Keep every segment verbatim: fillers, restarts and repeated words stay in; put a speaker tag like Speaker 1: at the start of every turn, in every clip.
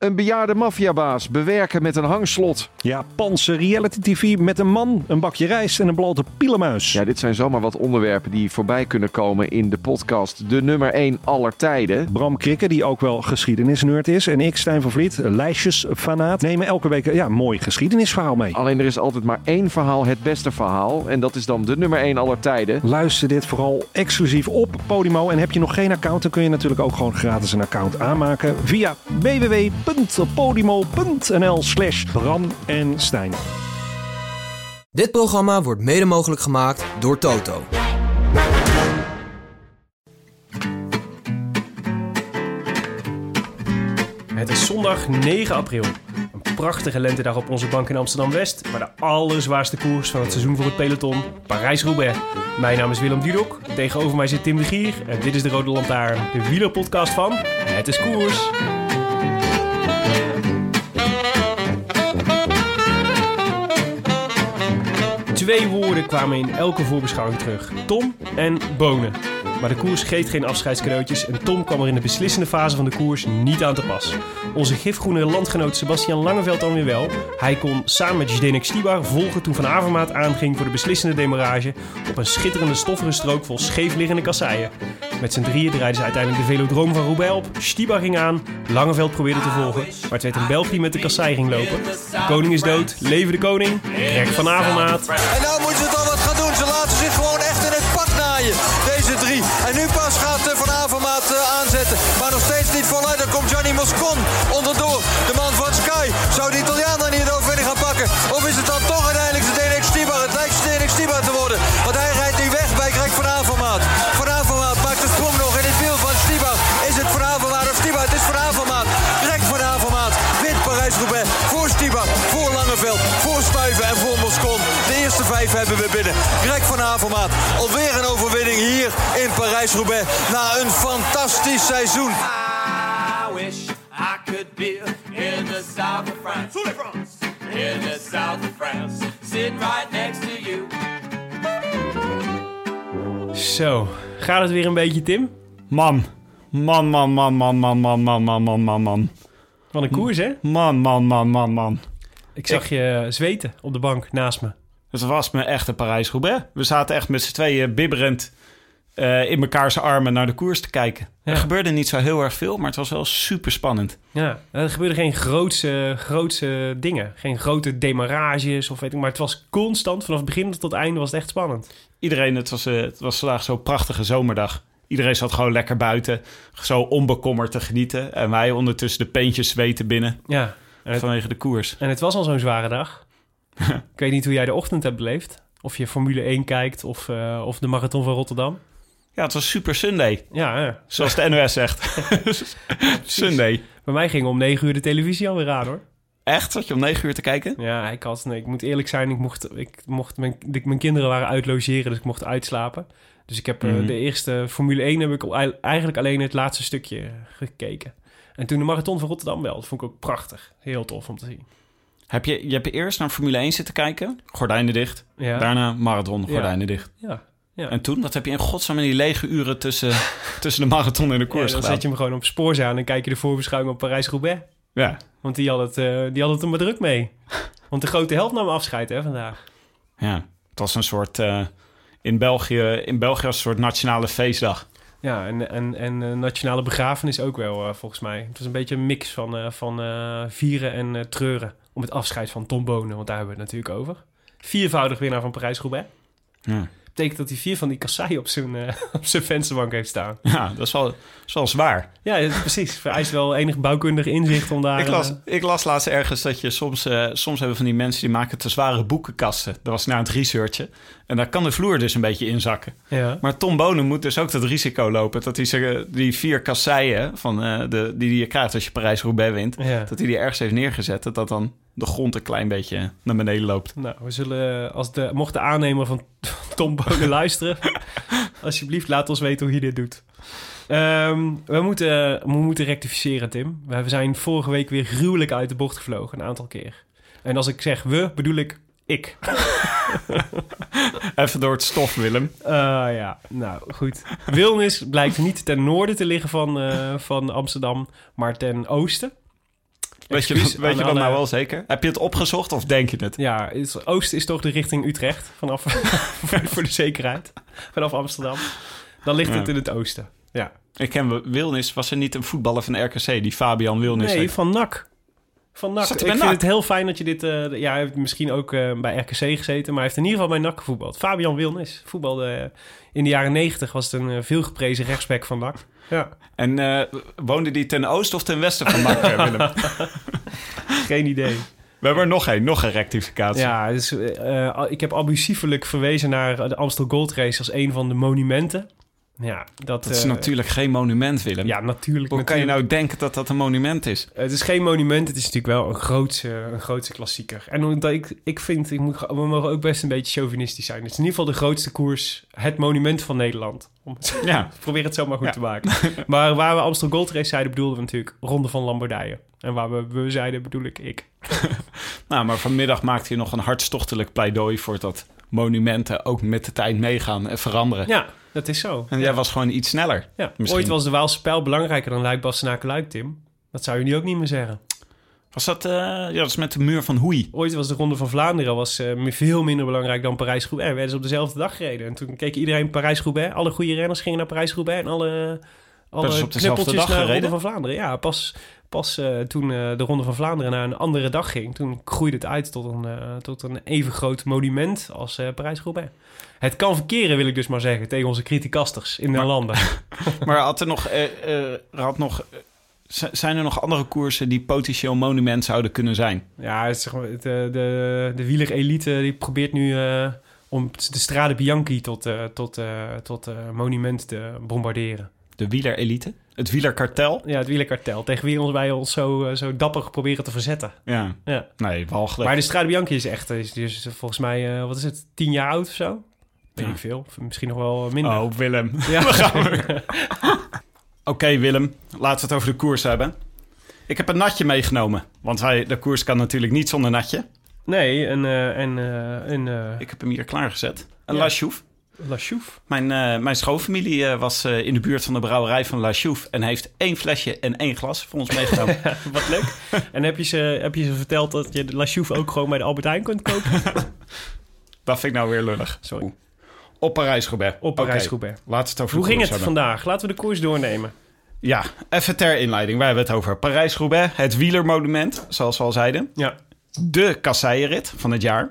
Speaker 1: Een bejaarde maffiabaas bewerken met een hangslot.
Speaker 2: Japanse reality tv met een man, een bakje rijst en een blote pielenmuis.
Speaker 1: Ja, dit zijn zomaar wat onderwerpen die voorbij kunnen komen in de podcast De Nummer één aller tijden.
Speaker 2: Bram Krikke, die ook wel geschiedenisnerd is, en ik, Stijn van Vliet, lijstjesfanaat, nemen elke week ja, een mooi geschiedenisverhaal mee.
Speaker 1: Alleen er is altijd maar één verhaal het beste verhaal. En dat is dan De Nummer één aller tijden.
Speaker 2: Luister dit vooral exclusief op Podimo. En heb je nog geen account, dan kun je natuurlijk ook gewoon gratis een account aanmaken via w w w punt podimo punt n l slash Bram en Stijn.
Speaker 3: Dit programma wordt mede mogelijk gemaakt door Toto.
Speaker 4: Het is zondag negen april. Een prachtige lentedag op onze bank in Amsterdam-West, maar de allerzwaarste koers van het seizoen voor het peloton, Parijs-Roubaix. Mijn naam is Willem Dudok, tegenover mij zit Tim de Gier en dit is de Rode Lantaarn, de wielerpodcast van Het is Koers. Twee woorden kwamen in elke voorbeschouwing terug. Tom en Bonen. Maar de koers geeft geen afscheidscadeautjes en Tom kwam er in de beslissende fase van de koers niet aan te pas. Onze gifgroene landgenoot Sebastian Langeveld dan weer wel. Hij kon samen met Zdenek Stybar volgen toen Van Avermaat aanging voor de beslissende demarrage op een schitterende stoffige strook vol scheefliggende kasseien. Met z'n drieën draaiden ze uiteindelijk de velodroom van Roubaix op. Stybar ging aan, Langeveld probeerde te volgen, maar het werd een Belg die met de kassei ging lopen. De koning is dood, leven de koning, Greg Van Avermaat.
Speaker 5: En nou moeten ze toch wat gaan doen, ze laten zich gewoon echt in het pak naaien, deze drie. En nu pas gaat Van Avermaat uh, aanzetten, maar nog steeds niet voluit. Dan komt Gianni Moscon onderdoor, de man van Sky. Zou de Italiaan dan hier de overwinning gaan pakken? Of is het dan toch uiteindelijk Zdenek Stybar? Het lijkt Zdenek Stybar te worden, want hij rijdt nu weg bij Greg Van Avermaat. Van Avermaat maakt de sprong nog in het wiel van Stybar. Is het Van Avermaat of Stybar? Het is Van Avermaat. Greg Van Avermaat wint Parijs-Roubaix voor Stybar, voor Langeveld, voor Stuyven en voor Moscon. De eerste vijf hebben we binnen. Greg Van Avermaat, alweer een overwinning hier in Parijs-Roubaix na een fantastisch seizoen.
Speaker 6: I wish I could be in the south of France. In the south of France, sitting right next to you.
Speaker 4: Zo, gaat het weer een beetje, Tim?
Speaker 7: Man, man, man, man, man, man, man, man, man, man, man, man.
Speaker 4: Van een koers, hè?
Speaker 7: Man, man, man, man, man.
Speaker 4: Ik zag
Speaker 7: Ik-
Speaker 4: je zweten op de bank naast me.
Speaker 7: Het was me echt een Parijs-Roubaix. We zaten echt met z'n tweeën bibberend uh, in mekaars armen naar de koers te kijken.
Speaker 4: Ja.
Speaker 7: Er gebeurde niet zo heel erg veel, maar het was wel super spannend.
Speaker 4: Ja, er gebeurden geen grootse, grootse dingen. Geen grote demarages of weet ik, maar het was constant. Vanaf begin tot het einde was het echt spannend.
Speaker 7: Iedereen, het was, uh, het was vandaag zo'n prachtige zomerdag. Iedereen zat gewoon lekker buiten, zo onbekommerd te genieten. En wij ondertussen de peentjes zweten binnen
Speaker 4: Ja, en het,
Speaker 7: vanwege de koers.
Speaker 4: en het was al zo'n zware dag. Ik weet niet hoe jij de ochtend hebt beleefd. Of je Formule één kijkt of, uh, of de Marathon van Rotterdam.
Speaker 7: Ja, het was Super Sunday,
Speaker 4: Ja, ja.
Speaker 7: zoals de N O S zegt. Sunday.
Speaker 4: Bij mij ging om negen uur de televisie alweer aan, hoor.
Speaker 7: Echt? Zat je om negen uur te kijken?
Speaker 4: Ja, ik had, nee, ik moet eerlijk zijn, ik mocht, ik mocht mijn, de, mijn kinderen waren uit logeren, dus ik mocht uitslapen. Dus ik heb uh,
Speaker 7: Mhm.
Speaker 4: de eerste Formule één heb ik al- eigenlijk alleen het laatste stukje gekeken. En toen de Marathon van Rotterdam wel, dat vond ik ook prachtig. Heel tof om te zien.
Speaker 7: Heb je, je hebt eerst naar Formule één zitten kijken, gordijnen dicht.
Speaker 4: Ja,
Speaker 7: Daarna marathon,
Speaker 4: Ja.
Speaker 7: gordijnen dicht.
Speaker 4: ja, ja.
Speaker 7: En toen, wat heb je in godsnaam in die lege uren tussen, tussen de marathon en de
Speaker 4: Ja,
Speaker 7: koers
Speaker 4: dan
Speaker 7: gedaan?
Speaker 4: zet je hem gewoon op spoor aan en kijk je de voorbeschouwing op Parijs-Roubaix.
Speaker 7: Ja,
Speaker 4: Want die had, het, uh, die had het er maar druk mee. Want de grote held nam afscheid, hè, vandaag.
Speaker 7: ja, het was een soort, uh, in België, in België was een soort nationale feestdag.
Speaker 4: Ja, en, en, en uh, nationale begrafenis ook wel, uh, volgens mij. Het was een beetje een mix van, uh, van uh, vieren en uh, treuren. Om het afscheid van Tom Bonen, want daar hebben we het natuurlijk over. Viervoudig winnaar van Parijs-Roubaix.
Speaker 7: Ja,
Speaker 4: Betekent dat hij vier van die kasseien op zijn, uh, op zijn vensterbank heeft staan.
Speaker 7: ja dat, is wel, dat is wel zwaar.
Speaker 4: Ja, ja, precies. Vereist wel enig bouwkundig inzicht om daar...
Speaker 7: Ik las,
Speaker 4: uh,
Speaker 7: ik las laatst ergens dat je soms... Uh, soms hebben van die mensen die maken te zware boekenkasten. Dat was na het researchen. En daar kan de vloer dus een beetje inzakken.
Speaker 4: ja.
Speaker 7: Maar Tom Bonen moet dus ook dat risico lopen... dat hij ze- die vier kasseien van, uh, de, die je krijgt als je Parijs-Roubaix wint...
Speaker 4: Ja.
Speaker 7: dat hij die ergens heeft neergezet... dat dat dan de grond een klein beetje naar beneden loopt.
Speaker 4: Nou, we zullen, als de, mocht de aannemer van Tom Bonen luisteren... alsjeblieft, laat ons weten hoe je dit doet. Um, we, moeten, we moeten rectificeren, Tim. We zijn vorige week weer gruwelijk uit de bocht gevlogen, een aantal keer. En als ik zeg we, bedoel ik ik.
Speaker 7: Even door het stof, Willem.
Speaker 4: Uh, ja, nou goed. Wilnis blijkt niet ten noorden te liggen van, uh, van Amsterdam, maar ten oosten.
Speaker 7: Weet je,
Speaker 4: Excuus
Speaker 7: dat, weet
Speaker 4: aan
Speaker 7: je dat
Speaker 4: alle-
Speaker 7: nou wel zeker? Heb je het opgezocht of denk je het?
Speaker 4: Ja, het oosten is toch de richting Utrecht, vanaf voor de zekerheid. Vanaf Amsterdam. Dan ligt
Speaker 7: Ja.
Speaker 4: het in het oosten. Ja.
Speaker 7: Ik ken Wilnis. Was er niet een voetballer van de R K C, die Fabian Wilnis
Speaker 4: Nee,
Speaker 7: heet?
Speaker 4: van N A C. Van N A C.
Speaker 7: Zat
Speaker 4: Ik
Speaker 7: hij bij
Speaker 4: vind
Speaker 7: N A C?
Speaker 4: het heel fijn dat je dit... eh, ja, hij heeft misschien ook eh, bij R K C gezeten... maar hij heeft in ieder geval bij N A C gevoetbald. Fabian Wilnis. Voetbalde eh, in de jaren negentig was het een uh, veelgeprezen rechtsback van N A C. Ja.
Speaker 7: En uh, woonde die ten oosten of ten westen van N A C, Willem?
Speaker 4: Geen idee.
Speaker 7: We hebben er nog één, nog een rectificatie.
Speaker 4: Ja, dus, uh, ik heb abusievelijk verwezen naar de Amstel Gold Race als een van de monumenten. Ja, dat,
Speaker 7: Dat is
Speaker 4: uh,
Speaker 7: natuurlijk geen monument, Willem.
Speaker 4: Ja, natuurlijk.
Speaker 7: Hoe kan je
Speaker 4: natuurlijk.
Speaker 7: nou denken dat dat een monument is?
Speaker 4: Het is geen monument, het is natuurlijk wel een grootse, een grootse klassieker. En omdat ik, ik vind, ik moet, we mogen ook best een beetje chauvinistisch zijn. Het is in ieder geval de grootste koers, het monument van Nederland. Om het,
Speaker 7: Ja.
Speaker 4: probeer het zo maar goed
Speaker 7: Ja.
Speaker 4: te maken. Maar waar we Amstel Gold Race zeiden, bedoelden we natuurlijk Ronde van Lombardije. En waar we, we zeiden, bedoel ik ik.
Speaker 7: Nou, maar vanmiddag maakte hij nog een hartstochtelijk pleidooi voor dat monumenten ook met de tijd meegaan en veranderen.
Speaker 4: Ja, dat is zo.
Speaker 7: En jij was gewoon iets sneller.
Speaker 4: Ja.
Speaker 7: Misschien.
Speaker 4: Ooit was de Waalse Pijl belangrijker dan Luik Bastenaken-Luik, Tim. Dat zou je nu ook niet meer zeggen.
Speaker 7: Was dat, uh, ja, dat is met de muur van Hoei.
Speaker 4: Ooit was de Ronde van Vlaanderen was, uh, veel minder belangrijk dan Parijs-Roubaix. En werden ze op dezelfde dag gereden. En toen keek iedereen Parijs-Roubaix. Alle goede renners gingen naar Parijs-Roubaix. En alle, alle
Speaker 7: Dat is op dezelfde
Speaker 4: knuppeltjes
Speaker 7: dag
Speaker 4: naar de
Speaker 7: gereden?
Speaker 4: Ronde van Vlaanderen. Ja, pas, pas uh, toen uh, de Ronde van Vlaanderen naar een andere dag ging... toen groeide het uit tot een, uh, tot een even groot monument als uh, Parijs-Roubaix. Het kan verkeren, wil ik dus maar zeggen, tegen onze criticasters in de
Speaker 7: Maar-
Speaker 4: landen.
Speaker 7: Maar had er nog, uh, uh, er had nog, uh, z- zijn er nog andere koersen die potentieel monument zouden kunnen zijn?
Speaker 4: Ja, het is zeg maar, de, de, de wielerelite die probeert nu uh, om de Strade Bianchi tot, uh, tot, uh, tot uh, monument te bombarderen.
Speaker 7: De wielerelite? Het wielerkartel?
Speaker 4: Ja, het wielerkartel. Tegen wie ons wij ons zo, uh, zo dapper proberen te verzetten.
Speaker 7: Ja.
Speaker 4: Ja.
Speaker 7: Nee, walgelijk.
Speaker 4: Maar de Strade Bianchi is echt, is, is volgens mij, uh, wat is het, tien jaar oud of zo? Weet
Speaker 7: Ja.
Speaker 4: ik veel. Of misschien nog wel minder.
Speaker 7: Oh, Willem.
Speaker 4: Ja.
Speaker 7: We gaan weer. Oké, okay, Willem. Laten we het over de koers hebben. Ik heb een natje meegenomen. Want hij, de koers kan natuurlijk niet zonder natje.
Speaker 4: Nee, en... Uh, en, uh, en uh,
Speaker 7: Ik heb hem hier klaargezet. Een
Speaker 4: Ja.
Speaker 7: La Chouffe.
Speaker 4: La Chouffe.
Speaker 7: Mijn, uh, mijn schoonfamilie uh, was uh, in de buurt van de brouwerij van La Chouffe... en heeft één flesje en één glas voor ons meegenomen.
Speaker 4: Wat leuk. En heb je, ze, heb je ze verteld dat je de La Chouffe ook gewoon bij de Albert Heijn kunt kopen?
Speaker 7: Dat vind ik nou weer lullig.
Speaker 4: Sorry.
Speaker 7: Op Parijs-Roubaix.
Speaker 4: Op Parijs-Roubaix.
Speaker 7: Okay, laten we het over
Speaker 4: Hoe
Speaker 7: de
Speaker 4: ging
Speaker 7: koers
Speaker 4: het
Speaker 7: hebben.
Speaker 4: vandaag? Laten we de koers doornemen.
Speaker 7: Ja, even ter inleiding. Wij hebben het over Parijs-Roubaix. Het wielermonument, zoals we al zeiden.
Speaker 4: Ja.
Speaker 7: De kasseienrit van het jaar.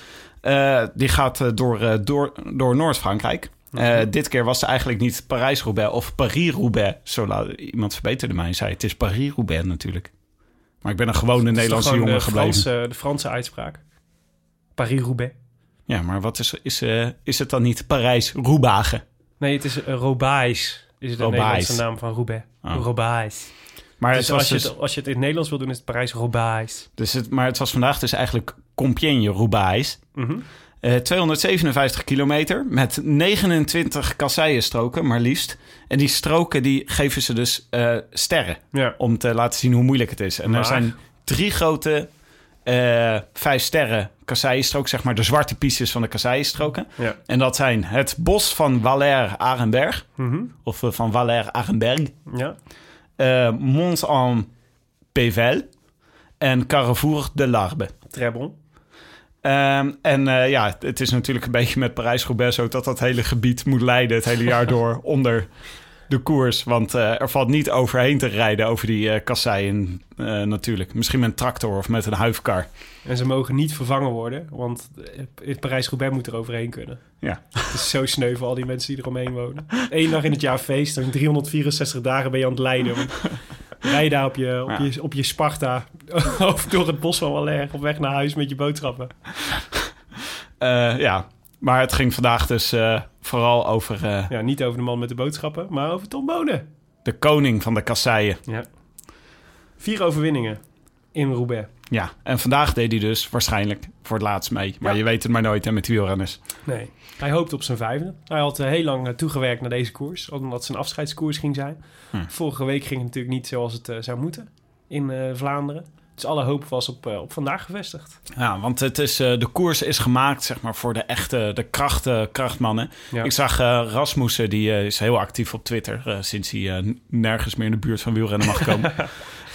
Speaker 7: Uh, die gaat uh, door, uh, door, door Noord-Frankrijk. Uh, mm-hmm. Dit keer was het eigenlijk niet Parijs-Roubaix of Paris-Roubaix. Zo la- iemand verbeterde mij en zei... het is Paris-Roubaix natuurlijk. Maar ik ben een gewone Nederlandse jongen
Speaker 4: de
Speaker 7: gebleven.
Speaker 4: Franse, de Franse uitspraak. Paris-Roubaix.
Speaker 7: Ja, maar wat is, is, uh, is het dan niet Parijs-Roubaix?
Speaker 4: Nee, het is uh, Roubaix. Is het de
Speaker 7: Roubaix.
Speaker 4: Nederlandse naam van Roubaix.
Speaker 7: Oh.
Speaker 4: Roubaix.
Speaker 7: Maar
Speaker 4: Dus
Speaker 7: het was
Speaker 4: als, je
Speaker 7: dus,
Speaker 4: het, als je het in het Nederlands wil doen, is het Parijs-Roubaix.
Speaker 7: dus het, maar het was vandaag dus eigenlijk Compiègne-Roubaix.
Speaker 4: Mm-hmm.
Speaker 7: Uh, tweehonderdzevenenvijftig kilometer met negenentwintig kasseienstroken, maar liefst. En die stroken die geven ze dus uh, sterren
Speaker 4: Ja.
Speaker 7: om te laten zien hoe moeilijk het is. En
Speaker 4: Maar-
Speaker 7: er zijn drie grote uh, vijf sterren kasseienstroken, zeg maar de zwarte pistes van de kasseienstroken.
Speaker 4: Ja.
Speaker 7: En dat zijn het bos van Valère-Arenberg,
Speaker 4: Mm-hmm.
Speaker 7: of uh, van Valère-Arenberg,
Speaker 4: Ja.
Speaker 7: uh, Mont-en-Pével en Carrefour de l'Arbe.
Speaker 4: Très bon.
Speaker 7: Um, en uh, ja, het is natuurlijk een beetje met Parijs-Roubaix zo dat dat hele gebied moet leiden het hele jaar door onder de koers. Want uh, er valt niet overheen te rijden over die uh, kasseien uh, natuurlijk. Misschien met een tractor of met een huifkar.
Speaker 4: En ze mogen niet vervangen worden, want het Parijs-Roubaix moet er overheen kunnen.
Speaker 7: Ja.
Speaker 4: Het is zo sneu voor al die mensen die eromheen wonen. Eén dag in het jaar feest en driehonderdvierenzestig dagen ben je aan het lijden. Want rij je daar op je, op,
Speaker 7: Ja.
Speaker 4: je, op je Sparta over door het bos van Valère op weg naar huis met je boodschappen.
Speaker 7: Uh, ja, maar het ging vandaag dus uh, vooral over uh,
Speaker 4: Ja, niet over de man met de boodschappen, maar over Tom Bonen.
Speaker 7: de koning van de kasseien.
Speaker 4: Ja. Vier overwinningen in Roubaix.
Speaker 7: Ja, en vandaag deed hij dus waarschijnlijk voor het laatst mee. Maar
Speaker 4: Ja.
Speaker 7: je weet het maar nooit hè, met wielrenners.
Speaker 4: Nee, hij hoopte op zijn vijfde. Hij had uh, heel lang uh, toegewerkt naar deze koers, omdat het zijn afscheidskoers ging zijn.
Speaker 7: Hm.
Speaker 4: Vorige week ging het natuurlijk niet zoals het uh, zou moeten in uh, Vlaanderen. Dus alle hoop was op, uh, op vandaag gevestigd.
Speaker 7: Ja, want het is, uh, de koers is gemaakt zeg maar, voor de echte de krachten, krachtmannen.
Speaker 4: Ja.
Speaker 7: Ik zag uh, Rasmussen, die uh, is heel actief op Twitter... Uh, sinds hij uh, nergens meer in de buurt van wielrennen mag komen.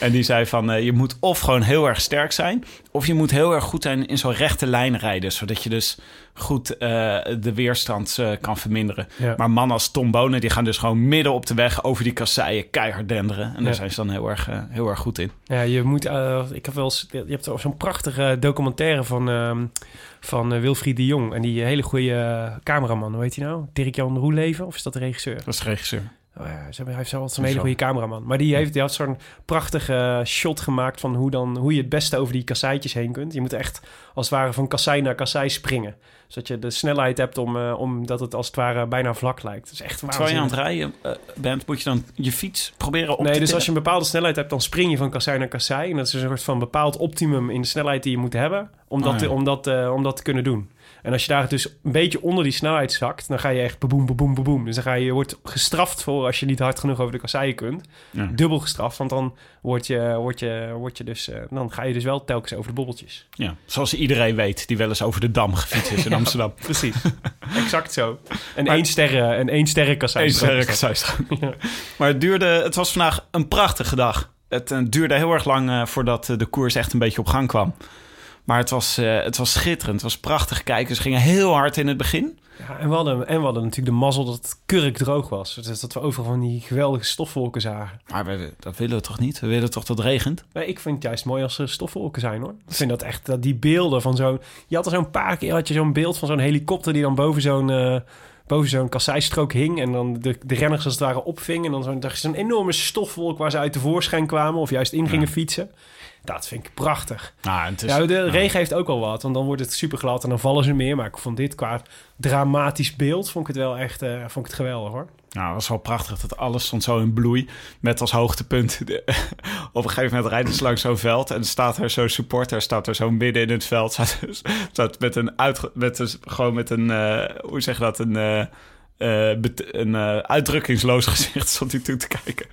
Speaker 7: En die zei van, uh, je moet of gewoon heel erg sterk zijn... of je moet heel erg goed zijn in zo'n rechte lijn rijden... zodat je dus goed uh, de weerstand uh, kan verminderen. Ja. Maar mannen als Tom Bonen, die gaan dus gewoon midden op de weg... over die kasseien keihard denderen. En ja. daar zijn ze dan heel erg, uh, heel erg goed in.
Speaker 4: Ja, je moet... Uh, ik heb wel eens, je hebt zo'n prachtige documentaire van... Uh, van uh, Wilfried de Jong. En die hele goede uh, cameraman, hoe heet hij nou? Dirk-Jan Roeleven? Of is dat de regisseur? Dat
Speaker 7: is de regisseur.
Speaker 4: Oh ja, hij heeft zelf een hele goede cameraman. Maar die heeft, die had zo'n prachtige shot gemaakt... van hoe, dan, hoe je het beste over die kasseitjes heen kunt. Je moet echt als het ware van kassei naar kassei springen. Zodat je de snelheid hebt om, uh, om dat het als het ware bijna vlak lijkt. Dat is echt waanzinnig.
Speaker 7: Terwijl je aan het rijden uh, bent, moet je dan je fiets proberen op
Speaker 4: nee,
Speaker 7: te
Speaker 4: dus
Speaker 7: tillen?
Speaker 4: als je een bepaalde snelheid hebt, dan spring je van kassei naar kassei. En dat is een soort van bepaald optimum in de snelheid die je moet hebben... om dat, oh, ja. te, om dat, uh, om dat te kunnen doen. En als je daar dus een beetje onder die snelheid zakt... dan ga je echt boem, boem, boem, boem. Dus dan ga je, je wordt gestraft voor als je niet hard genoeg over de kasseien kunt. Ja. Dubbel gestraft, want dan word je, word je, word je dus, uh, dan ga je dus wel telkens over de bobbeltjes.
Speaker 7: Ja, zoals iedereen weet die wel eens over de Dam gefietst is in ja, Amsterdam.
Speaker 4: Precies, exact zo. En één sterren, en één sterren kassei.
Speaker 7: Eén sterren kasseistrook. Ja. Maar het duurde, het was vandaag een prachtige dag. Het uh, duurde heel erg lang uh, voordat uh, de koers echt een beetje op gang kwam. Maar het was, uh, het was schitterend. Het was prachtig kijken. Ze gingen heel hard in het begin.
Speaker 4: Ja, en we hadden, en we hadden natuurlijk de mazzel dat het kurkdroog was. Dus dat we overal van die geweldige stofwolken zagen.
Speaker 7: Maar we, dat willen we toch niet? We willen toch dat het regent?
Speaker 4: Nee, ik vind het juist mooi als er stofwolken zijn, hoor. Ik vind dat echt, dat die beelden van zo'n... Je had er zo'n paar keer had je zo'n beeld van zo'n helikopter... die dan boven zo'n... Uh, boven zo'n kasseistrook hing... en dan de, de renners als het ware opving... en dan zo'n, zo'n enorme stofwolk waar ze uit tevoorschijn kwamen... of juist in gingen ja. fietsen. Dat vind ik prachtig.
Speaker 7: Nou, het is,
Speaker 4: ja, de
Speaker 7: nou.
Speaker 4: regen heeft ook al wat, want dan wordt het super glad en dan vallen ze meer. Maar ik vond dit qua dramatisch beeld, vond ik het wel echt uh, vond ik het geweldig, hoor.
Speaker 7: Nou, het was wel prachtig dat alles stond zo in bloei. Met als hoogtepunt, de, op een gegeven moment rijden ze langs zo'n veld... en staat er zo'n supporter, staat er zo midden in het veld... staat, staat met een, uit, met een, gewoon met een, uh, hoe zeg je dat, een... Uh, Uh, een uh, uitdrukkingsloos gezicht stond hij toe te kijken.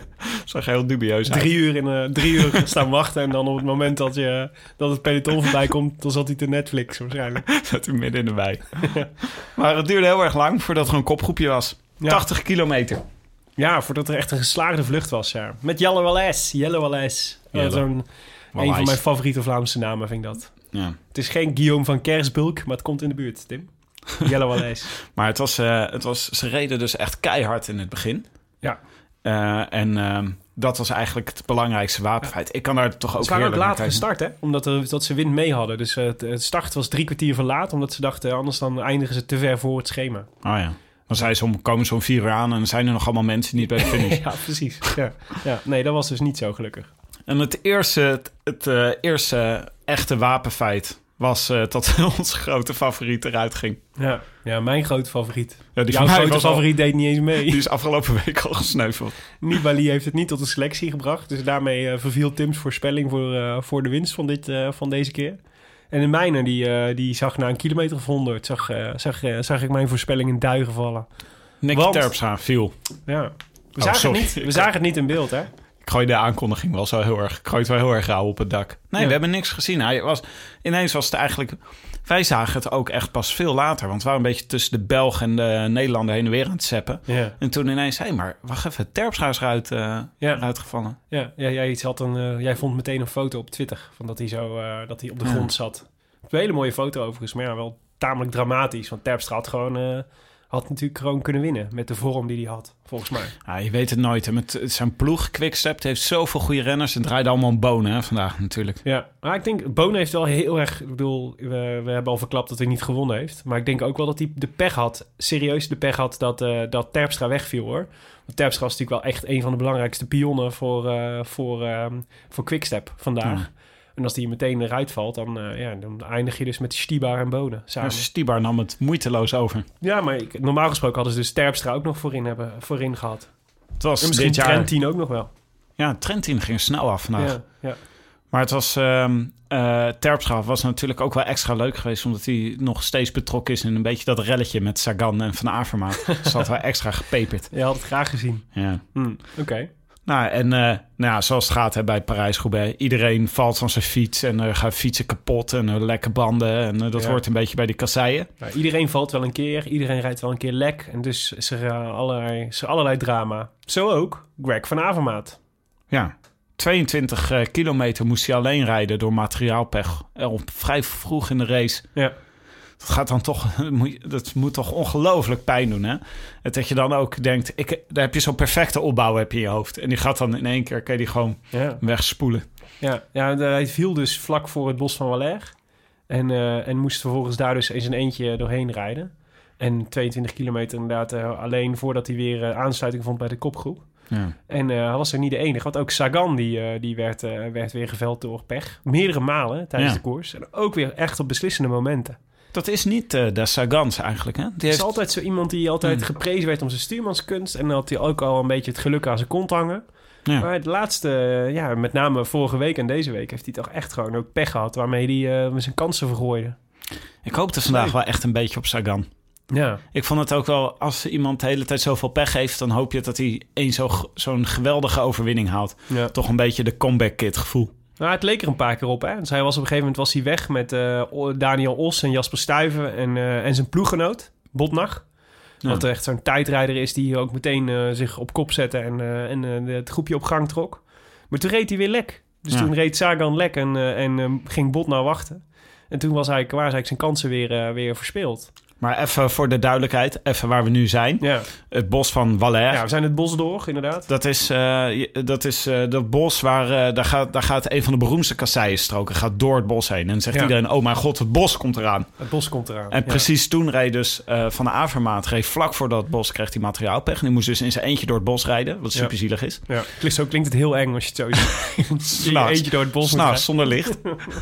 Speaker 7: Zag heel dubieus uit.
Speaker 4: Drie uur, in, uh, drie uur staan wachten... en dan op het moment dat, je, dat het peloton voorbij komt... dan zat hij te Netflix waarschijnlijk.
Speaker 7: Zat hij midden in de wei. Ja. Maar het duurde heel erg lang voordat er een kopgroepje was. Ja. tachtig kilometer.
Speaker 4: Ja, voordat er echt een geslaagde vlucht was. Ja. Met Jelle Wallès. Jelle Wallès. Uh, zo'n, een van mijn favoriete Vlaamse namen vind ik dat. Ja. Het is geen Guillaume van Kersbulk, maar het komt in de buurt, Tim. Jelle Wallès.
Speaker 7: Maar het was, uh, het was, ze reden dus echt keihard in het begin.
Speaker 4: Ja.
Speaker 7: Uh, en uh, dat was eigenlijk het belangrijkste wapenfeit. Ik kan daar toch ook
Speaker 4: ze waren ook laat gestart, hè? Omdat er, dat ze wind mee hadden. Dus uh, het start was drie kwartier verlaat. Omdat ze dachten, anders dan eindigen ze te ver voor het schema.
Speaker 7: Oh ja. Dan zijn ze om, komen ze om vier uur aan en dan zijn er nog allemaal mensen niet bij de finish.
Speaker 4: Ja, precies. Ja. Ja, nee, dat was dus niet zo gelukkig.
Speaker 7: En het eerste, het, het uh, eerste echte wapenfeit... was uh, dat onze grote favoriet eruit ging.
Speaker 4: Ja, ja mijn grote favoriet.
Speaker 7: Ja, die
Speaker 4: Jouw
Speaker 7: van
Speaker 4: grote favoriet al, deed niet eens mee.
Speaker 7: Die is afgelopen week al gesneuveld.
Speaker 4: Nibali heeft het niet tot de selectie gebracht. Dus daarmee uh, verviel Tim's voorspelling voor, uh, voor de winst van, dit, uh, van deze keer. En de mijne, die, uh, die zag na een kilometer of honderd... zag, uh, zag, uh, zag ik mijn voorspelling in duigen vallen.
Speaker 7: Nick Want, Terpstra viel.
Speaker 4: Ja. We, oh, zagen, het niet, we zagen het niet in beeld, hè?
Speaker 7: Ik gooi de aankondiging wel zo heel erg... Ik gooi het wel heel erg rauw op het dak. Nee, ja. we hebben niks gezien. Hij was, ineens was het eigenlijk... Wij zagen het ook echt pas veel later. Want we waren een beetje tussen de Belg en de Nederlander heen en weer aan het zeppen. Ja. En toen ineens, hé, hey, maar wacht even, Terpstra is eruit, uh, ja. eruit gevallen.
Speaker 4: Ja, ja jij, had een, uh, jij vond meteen een foto op Twitter... van dat hij, zo, uh, dat hij op de ja. grond zat. Een hele mooie foto overigens, maar ja, wel tamelijk dramatisch. Want Terpstra had gewoon... Uh, had natuurlijk gewoon kunnen winnen met de vorm die hij had, volgens mij.
Speaker 7: Ja, je weet het nooit. Hè. Met zijn ploeg, Quickstep, heeft zoveel goede renners. En draaide allemaal om Bonen hè, vandaag natuurlijk.
Speaker 4: Ja, maar ik denk, Bonen heeft wel heel erg... Ik bedoel, we, we hebben al verklapt dat hij niet gewonnen heeft. Maar ik denk ook wel dat hij de pech had. Serieus de pech had dat, uh, dat Terpstra wegviel, hoor. Want Terpstra was natuurlijk wel echt een van de belangrijkste pionnen voor, uh, voor, uh, voor Quickstep vandaag. Ja. En als die meteen eruit valt, dan, uh, ja, dan eindig je dus met Stibar en Bonen samen.
Speaker 7: Ja, Stibar nam het moeiteloos over.
Speaker 4: Ja, maar ik, normaal gesproken hadden ze dus Terpstra ook nog voorin, hebben, voorin gehad.
Speaker 7: Het was
Speaker 4: en misschien
Speaker 7: dit jaar...
Speaker 4: Trentin ook nog wel.
Speaker 7: Ja, Trentin ging snel af vandaag.
Speaker 4: Ja, ja.
Speaker 7: Maar het was... Um, uh, Terpstra was natuurlijk ook wel extra leuk geweest... omdat hij nog steeds betrokken is in een beetje dat relletje met Sagan en Van Avermaat. Dus dat wel extra gepeperd.
Speaker 4: Je had het graag gezien.
Speaker 7: Ja.
Speaker 4: Hmm, Oké. Okay.
Speaker 7: Nou, en uh, nou ja, zoals het gaat hè, bij Parijs-Roubaix... iedereen valt van zijn fiets en er uh, gaan fietsen kapot... en uh, lekke banden en uh, dat ja. hoort een beetje bij die kasseien.
Speaker 4: Ja, iedereen valt wel een keer, iedereen rijdt wel een keer lek... en dus is er, uh, allerlei, is er allerlei drama. Zo ook Greg van Avermaat.
Speaker 7: Ja, tweeëntwintig uh, kilometer moest hij alleen rijden door materiaalpech. Al vrij vroeg in de race.
Speaker 4: Ja.
Speaker 7: Dat gaat dan toch, dat moet toch ongelooflijk pijn doen, hè? En dat je dan ook denkt, ik, daar heb je zo'n perfecte opbouw heb je in je hoofd. En die gaat dan in één keer, kan je die gewoon
Speaker 4: ja.
Speaker 7: wegspoelen.
Speaker 4: Ja, ja, hij viel dus vlak voor het bos van Valère. En, uh, en moest vervolgens daar dus in zijn eentje doorheen rijden. En tweeëntwintig kilometer inderdaad uh, alleen voordat hij weer uh, aansluiting vond bij de kopgroep.
Speaker 7: Ja.
Speaker 4: En uh, hij was er niet de enige. Want ook Sagan die, uh, die werd, uh, werd weer geveld door pech. Meerdere malen tijdens
Speaker 7: ja.
Speaker 4: de koers. En ook weer echt op beslissende momenten.
Speaker 7: Dat is niet uh, de Sagans eigenlijk, hè? Die
Speaker 4: Het
Speaker 7: heeft...
Speaker 4: is altijd zo iemand die altijd hmm. geprezen werd om zijn stuurmanskunst. En dan had hij ook al een beetje het geluk aan zijn kont hangen. Ja. Maar het laatste, ja, met name vorige week en deze week... heeft hij toch echt gewoon ook pech gehad... waarmee hij uh, zijn kansen vergooide.
Speaker 7: Ik hoopte vandaag wel echt een beetje op Sagan.
Speaker 4: Ja.
Speaker 7: Ik vond het ook wel, als iemand de hele tijd zoveel pech heeft... dan hoop je dat hij één zo, zo'n geweldige overwinning haalt. Ja. Toch een beetje de comeback kid gevoel.
Speaker 4: Nou, het leek er een paar keer op, hè. Dus hij was op een gegeven moment was hij weg met uh, Daniel Os en Jasper Stuyven... en, uh, en zijn ploeggenoot, Botnach. Ja. Wat echt zo'n tijdrijder is die ook meteen uh, zich op kop zette... en, uh, en uh, het groepje op gang trok. Maar toen reed hij weer lek. Dus ja. toen reed Sagan lek en, uh, en uh, ging Botnar wachten. En toen was hij, waar eigenlijk zijn kansen weer, uh, weer verspeeld.
Speaker 7: Maar even voor de duidelijkheid, even waar we nu zijn.
Speaker 4: Ja.
Speaker 7: Het bos van Valère.
Speaker 4: Ja, we zijn het bos door, inderdaad.
Speaker 7: Dat is, uh, dat, is uh, dat bos waar, uh, daar, gaat, daar gaat een van de beroemdste kasseienstroken gaat door het bos heen. En dan zegt ja. iedereen, oh mijn god, het bos komt eraan.
Speaker 4: Het bos komt eraan.
Speaker 7: En ja. precies toen reed dus uh, Van Avermaat, reed vlak voor dat bos, kreeg hij materiaalpech. En die moest dus in zijn eentje door het bos rijden, wat super zielig is.
Speaker 4: Ja. Ja. Zo klinkt het heel eng als je het zo ziet. Je eentje door het bos moet rijden.
Speaker 7: Zonder licht.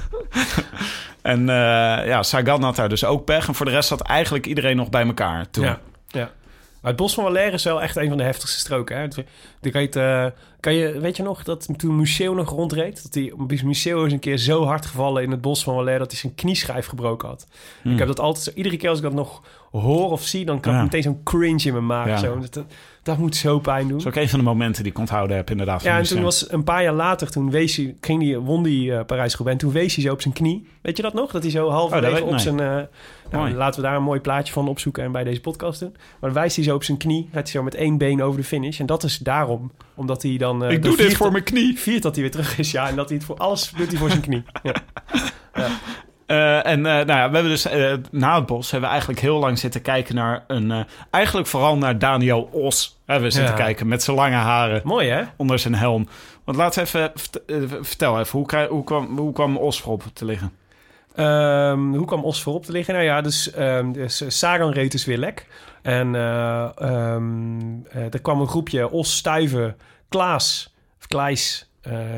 Speaker 7: En uh, ja, Sagan had daar dus ook pech. En voor de rest zat eigenlijk iedereen nog bij elkaar toen.
Speaker 4: Ja, ja. Maar het bos van Valère is wel echt een van de heftigste stroken. Hè? De, kan je, uh, kan je, weet je nog dat toen Museeuw nog rondreed? Dat hij Museeuw is een keer zo hard gevallen in het bos van Valère... dat hij zijn knieschijf gebroken had. Hmm. Ik heb dat altijd zo... Iedere keer als ik dat nog hoor of zie... dan krijg ik ja. meteen zo'n cringe in mijn maag. Ja. Zo. Dat, dat, dat moet zo pijn doen.
Speaker 7: Dat is ook een van de momenten die ik onthouden heb, inderdaad.
Speaker 4: Ja, en toen was een paar jaar later... toen wees hij, ging die, won hij uh, Parijs-Roubaix... en toen wees hij zo op zijn knie. Weet je dat nog? Dat hij zo halverwege oh, op nee. zijn... Uh, nou, laten we daar een mooi plaatje van opzoeken... en bij deze podcast doen. Maar dan wijst hij zo op zijn knie... gaat hij zo met één been over de finish. En dat is daarom. Omdat hij dan... Uh,
Speaker 7: ik doe dit voor mijn knie.
Speaker 4: Viert dat hij weer terug is, ja. En dat hij het voor alles doet hij voor zijn knie. Ja. Ja.
Speaker 7: Uh, en uh, nou ja, we hebben dus uh, na het bos hebben we eigenlijk heel lang zitten kijken naar een... Uh, eigenlijk vooral naar Daniel Os. Hebben we zitten ja. kijken met zijn lange haren.
Speaker 4: Mooi, hè?
Speaker 7: Onder zijn helm. Want laten we even... Vert, uh, vertel even, hoe, hoe, kwam, hoe kwam Os voorop te liggen?
Speaker 4: Um, hoe kwam Os voorop te liggen? Nou ja, dus, um, dus Sagan reed dus weer lek. En uh, um, uh, er kwam een groepje Os, Stuyven, Klaas... Klaes, uh,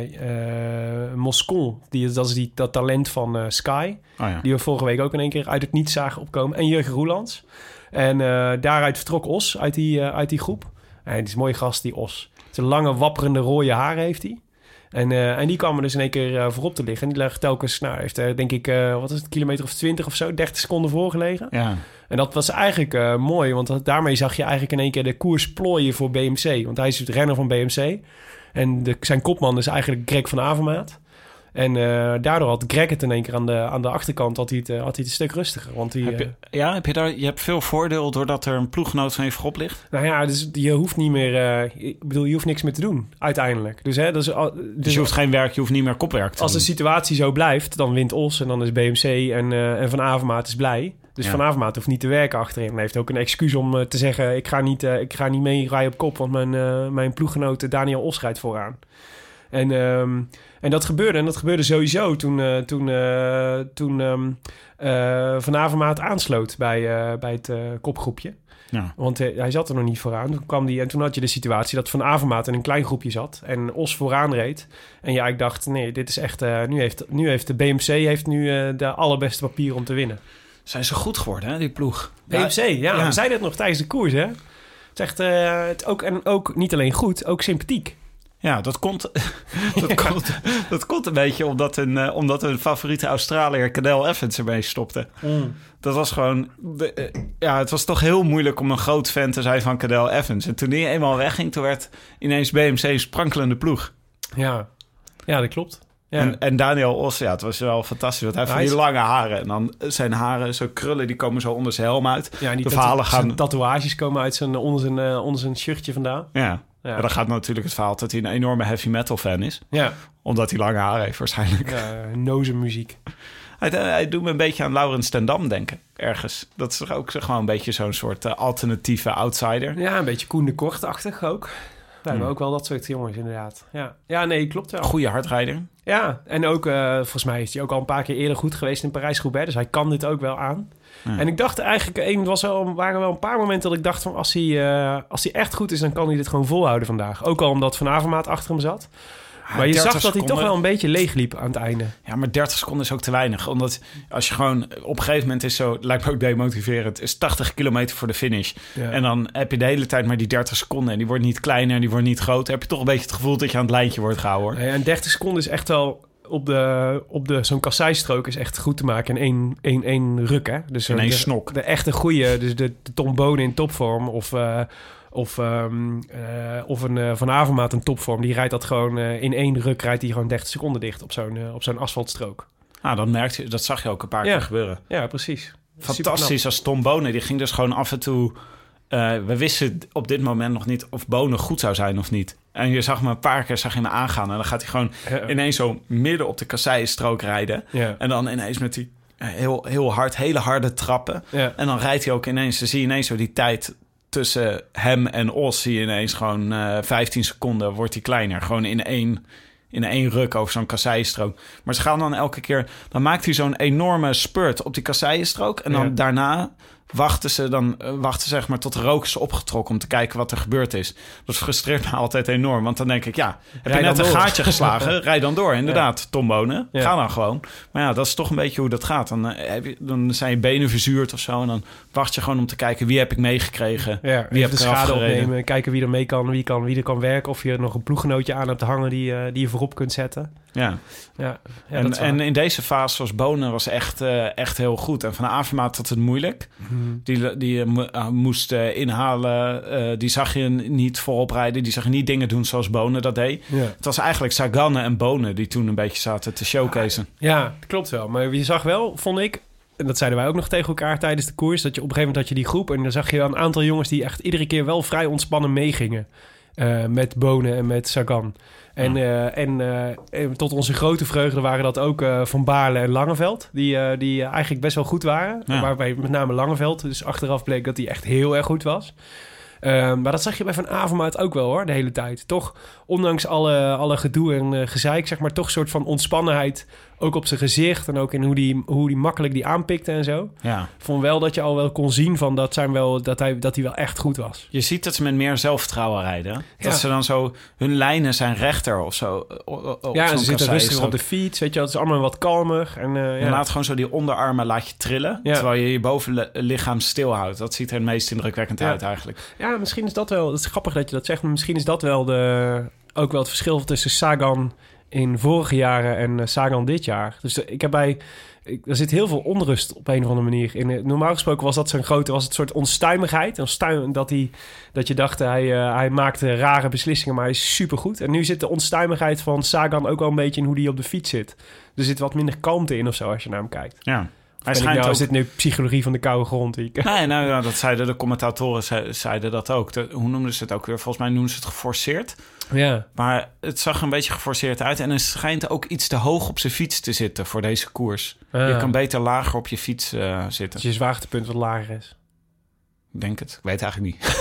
Speaker 4: uh, Moscon, die, dat is die, dat talent van uh, Sky. Oh ja. Die we vorige week ook in één keer uit het niets zagen opkomen. En Jurgen Roelands. En uh, daaruit vertrok Os uit die, uh, uit die groep. En die is een mooie gast, die Os. Zijn lange, wapperende rode haren heeft hij. En, uh, en die kwam er dus in één keer uh, voorop te liggen. En die lag telkens, nou, heeft uh, denk ik, uh, wat is het, kilometer of twintig of zo, dertig seconden voorgelegen.
Speaker 7: Ja.
Speaker 4: En dat was eigenlijk uh, mooi, want dat, daarmee zag je eigenlijk in één keer de koers plooien voor B M C. Want hij is het renner van B M C. En de, zijn kopman is eigenlijk Greg van Avermaat. En uh, daardoor had Greg het in één keer aan de, aan de achterkant had hij het, uh, had hij het een stuk rustiger. Want die,
Speaker 7: heb je, ja, heb je daar je hebt veel voordeel doordat er een ploeggenoot van je voorop ligt?
Speaker 4: Nou ja, dus je hoeft niet meer... Uh, ik bedoel, je hoeft niks meer te doen, uiteindelijk. Dus, hè, dus, dus,
Speaker 7: dus je hoeft geen werk, je hoeft niet meer kopwerk te
Speaker 4: als
Speaker 7: doen.
Speaker 4: de situatie zo blijft, dan wint Os en dan is B M C en, uh, en Van Avermaat is blij. Dus ja. Van Avermaat hoeft niet te werken achterin. Hij heeft ook een excuus om uh, te zeggen... ik ga niet, uh, ik ga niet mee rijden op kop... want mijn, uh, mijn ploeggenoot Daniel Os rijdt vooraan. En, um, en dat gebeurde. En dat gebeurde sowieso toen, uh, toen, uh, toen um, uh, Van Avermaat aansloot bij, uh, bij het uh, kopgroepje. Ja. Want uh, hij zat er nog niet vooraan. Toen kwam die, en toen had je de situatie dat Van Avermaat in een klein groepje zat... en Os vooraan reed. En ja, ik dacht, nee, dit is echt... Uh, nu, heeft, nu heeft de B M C heeft nu, uh, de allerbeste papier om te winnen.
Speaker 7: Zijn ze goed geworden, hè, die ploeg?
Speaker 4: B M C, ja. ja. We zeiden het nog tijdens de koers, hè. Het is echt, uh, het ook, en ook niet alleen goed, ook sympathiek.
Speaker 7: Ja, dat komt, dat, ja. Komt, dat komt een beetje omdat een, uh, omdat een favoriete Australiër Cadel Evans ermee stopte. Mm. Dat was gewoon... De, uh, ja, het was toch heel moeilijk om een groot fan te zijn van Cadel Evans. En toen die eenmaal wegging, toen werd ineens B M C een sprankelende ploeg.
Speaker 4: Ja, ja dat klopt. Ja.
Speaker 7: En, en Daniel Os, ja, het was wel fantastisch. Want hij heeft van die lange haren. En dan zijn haren, zo krullen, die komen zo onder zijn helm uit.
Speaker 4: Ja, en die
Speaker 7: de verhalen
Speaker 4: tatu-
Speaker 7: gaan...
Speaker 4: zijn tatoeages komen uit zijn, onder, zijn, uh, onder zijn shirtje vandaan.
Speaker 7: Ja,
Speaker 4: Ja.
Speaker 7: En dan gaat natuurlijk het verhaal dat hij een enorme heavy metal fan is.
Speaker 4: Ja.
Speaker 7: Omdat hij lange haar heeft waarschijnlijk.
Speaker 4: Ja, nozenmuziek.
Speaker 7: Hij, hij doet me een beetje aan Laurens ten Dam denken, ergens. Dat is toch ook zeg maar een beetje zo'n soort uh, alternatieve outsider.
Speaker 4: Ja, een beetje Koen de Kort-achtig ook. We hebben
Speaker 7: Hmm.
Speaker 4: ook wel dat soort jongens inderdaad. Ja, ja nee, klopt wel.
Speaker 7: Goede hardrijder.
Speaker 4: Ja, en ook, uh, volgens mij is hij ook al een paar keer eerder goed geweest in Parijs-Roubaix. Dus hij kan dit ook wel aan.
Speaker 7: Ja.
Speaker 4: En ik dacht eigenlijk, er was wel, waren wel een paar momenten dat ik dacht van... Als hij, uh, als hij echt goed is, dan kan hij dit gewoon volhouden vandaag. Ook al omdat Van Avermaat achter hem zat. Maar je zag dat hij toch wel een beetje leeg liep aan het einde.
Speaker 7: Ja, maar dertig seconden is ook te weinig. Omdat als je gewoon op een gegeven moment is zo... Het lijkt me ook demotiverend. is tachtig kilometer voor de finish.
Speaker 4: Ja.
Speaker 7: En dan heb je de hele tijd maar die dertig seconden. En die wordt niet kleiner en die wordt niet groter. Heb je toch een beetje het gevoel dat je aan het lijntje wordt gehouden, hoor.
Speaker 4: Ja, en dertig seconden is echt wel... Op de, op de, zo'n kasseistrook is echt goed te maken in één, één, één ruk, hè? Dus
Speaker 7: In één
Speaker 4: de,
Speaker 7: snok.
Speaker 4: De echte goede, dus de, de Tom Bonen in topvorm... of, uh, of, um, uh, of een uh, Van Avermaat in topvorm... die rijdt dat gewoon uh, in één ruk... rijdt hij gewoon dertig seconden dicht op zo'n, uh, op zo'n asfaltstrook.
Speaker 7: Ah, dat, merkte, dat zag je ook een paar
Speaker 4: Ja.
Speaker 7: keer gebeuren.
Speaker 4: Ja, precies.
Speaker 7: Fantastisch als Tom Bonen. Die ging dus gewoon af en toe... Uh, we wisten op dit moment nog niet of Bonen goed zou zijn of niet. En je zag me een paar keer zag je me aangaan. En dan gaat hij gewoon
Speaker 4: Ja.
Speaker 7: ineens zo midden op de kasseienstrook rijden.
Speaker 4: Ja.
Speaker 7: En dan ineens met die heel, heel hard, hele harde trappen.
Speaker 4: Ja.
Speaker 7: En dan rijdt hij ook ineens... Dan zie je ineens zo die tijd tussen hem en Os... zie je ineens gewoon uh, vijftien seconden wordt hij kleiner. Gewoon in één... in één ruk over zo'n kasseienstrook. Maar ze gaan dan elke keer... Dan maakt hij zo'n enorme spurt op die kasseienstrook. En dan
Speaker 4: Ja.
Speaker 7: daarna wachten ze dan uh, wachten zeg maar tot de rook is opgetrokken... om te kijken wat er gebeurd is. Dat frustreert me altijd enorm. Want dan denk ik, ja, heb
Speaker 4: Rij
Speaker 7: je net
Speaker 4: dan
Speaker 7: een
Speaker 4: door.
Speaker 7: gaatje geslagen? Rij dan door, inderdaad. Tom Bonen,
Speaker 4: Ja.
Speaker 7: ga dan gewoon. Maar ja, dat is toch een beetje hoe dat gaat. Dan, uh, heb je, dan zijn je benen verzuurd of zo... en dan wacht je gewoon om te kijken... wie heb ik meegekregen?
Speaker 4: Ja,
Speaker 7: Wie heb
Speaker 4: de
Speaker 7: ik eraf
Speaker 4: schade
Speaker 7: gereden?
Speaker 4: opnemen, kijken wie er mee kan, wie, kan, wie er kan werken... of je nog een ploeggenootje aan hebt hangen die, uh, die je voorop kunt zetten.
Speaker 7: Ja.
Speaker 4: Ja, ja
Speaker 7: en,
Speaker 4: dat is waar.
Speaker 7: en in deze fase was Bonen was echt, uh, echt heel goed. En Van Avermaat had het moeilijk.
Speaker 4: Hmm.
Speaker 7: Die, die uh, moest uh, inhalen. Uh, die zag je niet voorop rijden. Die zag je niet dingen doen zoals Bonen dat deed.
Speaker 4: Ja.
Speaker 7: Het was eigenlijk Sagan en Bonen die toen een beetje zaten te showcasen.
Speaker 4: Ja, dat klopt wel. Maar je zag wel, vond ik... en dat zeiden wij ook nog tegen elkaar tijdens de koers... dat je op een gegeven moment had je die groep... en dan zag je een aantal jongens die echt iedere keer wel vrij ontspannen meegingen. Uh, met Bonen en met Sagan. En, uh, en, uh, en tot onze grote vreugde waren dat ook uh, Van Baarle en Langeveld... die, uh, die uh, eigenlijk best wel goed waren.
Speaker 7: Ja.
Speaker 4: Waarbij met name Langeveld dus achteraf bleek dat hij echt heel erg goed was... Uh, maar dat zag je bij Van Avermaat ook wel, hoor, de hele tijd. Toch, ondanks alle, alle gedoe en uh, gezeik, zeg maar... toch een soort van ontspannenheid, ook op zijn gezicht... en ook in hoe die, hoe die makkelijk die aanpikte en zo.
Speaker 7: Ja.
Speaker 4: Ik vond wel dat je al wel kon zien van dat, zijn wel, dat, hij, dat hij wel echt goed was.
Speaker 7: Je ziet dat ze met meer zelfvertrouwen rijden. Dat
Speaker 4: Ja.
Speaker 7: ze dan zo... Hun lijnen zijn rechter of zo. Op
Speaker 4: Ja, en
Speaker 7: zo'n
Speaker 4: ze zitten rustiger
Speaker 7: kasseienstrook.
Speaker 4: op de fiets, weet je wel. Het is allemaal wat kalmer. En, uh,
Speaker 7: Je
Speaker 4: ja.
Speaker 7: laat gewoon zo die onderarmen laat je trillen...
Speaker 4: Ja.
Speaker 7: terwijl je je bovenlichaam stilhoudt. Dat ziet er het meest indrukwekkend
Speaker 4: Ja.
Speaker 7: uit eigenlijk.
Speaker 4: ja, misschien is dat wel... Het is grappig dat je dat zegt, maar misschien is dat wel de... ook wel het verschil tussen Sagan in vorige jaren en uh, Sagan dit jaar. Dus uh, ik heb bij... Ik, er zit heel veel onrust op een of andere manier in. Uh, normaal gesproken was dat zo'n grote... was het soort onstuimigheid. Onstuim, dat, hij, dat je dacht, hij, uh, hij maakte rare beslissingen... maar hij is supergoed. En nu zit de onstuimigheid van Sagan ook wel een beetje... in hoe hij op de fiets zit. Er zit wat minder kalmte in of zo als je naar hem kijkt.
Speaker 7: Ja. Hij
Speaker 4: Ben ik
Speaker 7: schijnt
Speaker 4: nou,
Speaker 7: ook...
Speaker 4: Is dit nu psychologie van de koude grond? Die ik...
Speaker 7: Nee, nou, ja, dat zeiden de commentatoren ze- zeiden dat ook. De, hoe noemden ze het ook weer? Volgens mij noemden ze het geforceerd.
Speaker 4: Ja.
Speaker 7: Maar het zag er een beetje geforceerd uit. En er schijnt ook iets te hoog op zijn fiets te zitten voor deze koers.
Speaker 4: Ah.
Speaker 7: Je kan beter lager op je fiets uh, zitten.
Speaker 4: Dat je zwaartepunt wat lager is.
Speaker 7: Ik denk het. Ik weet het eigenlijk niet.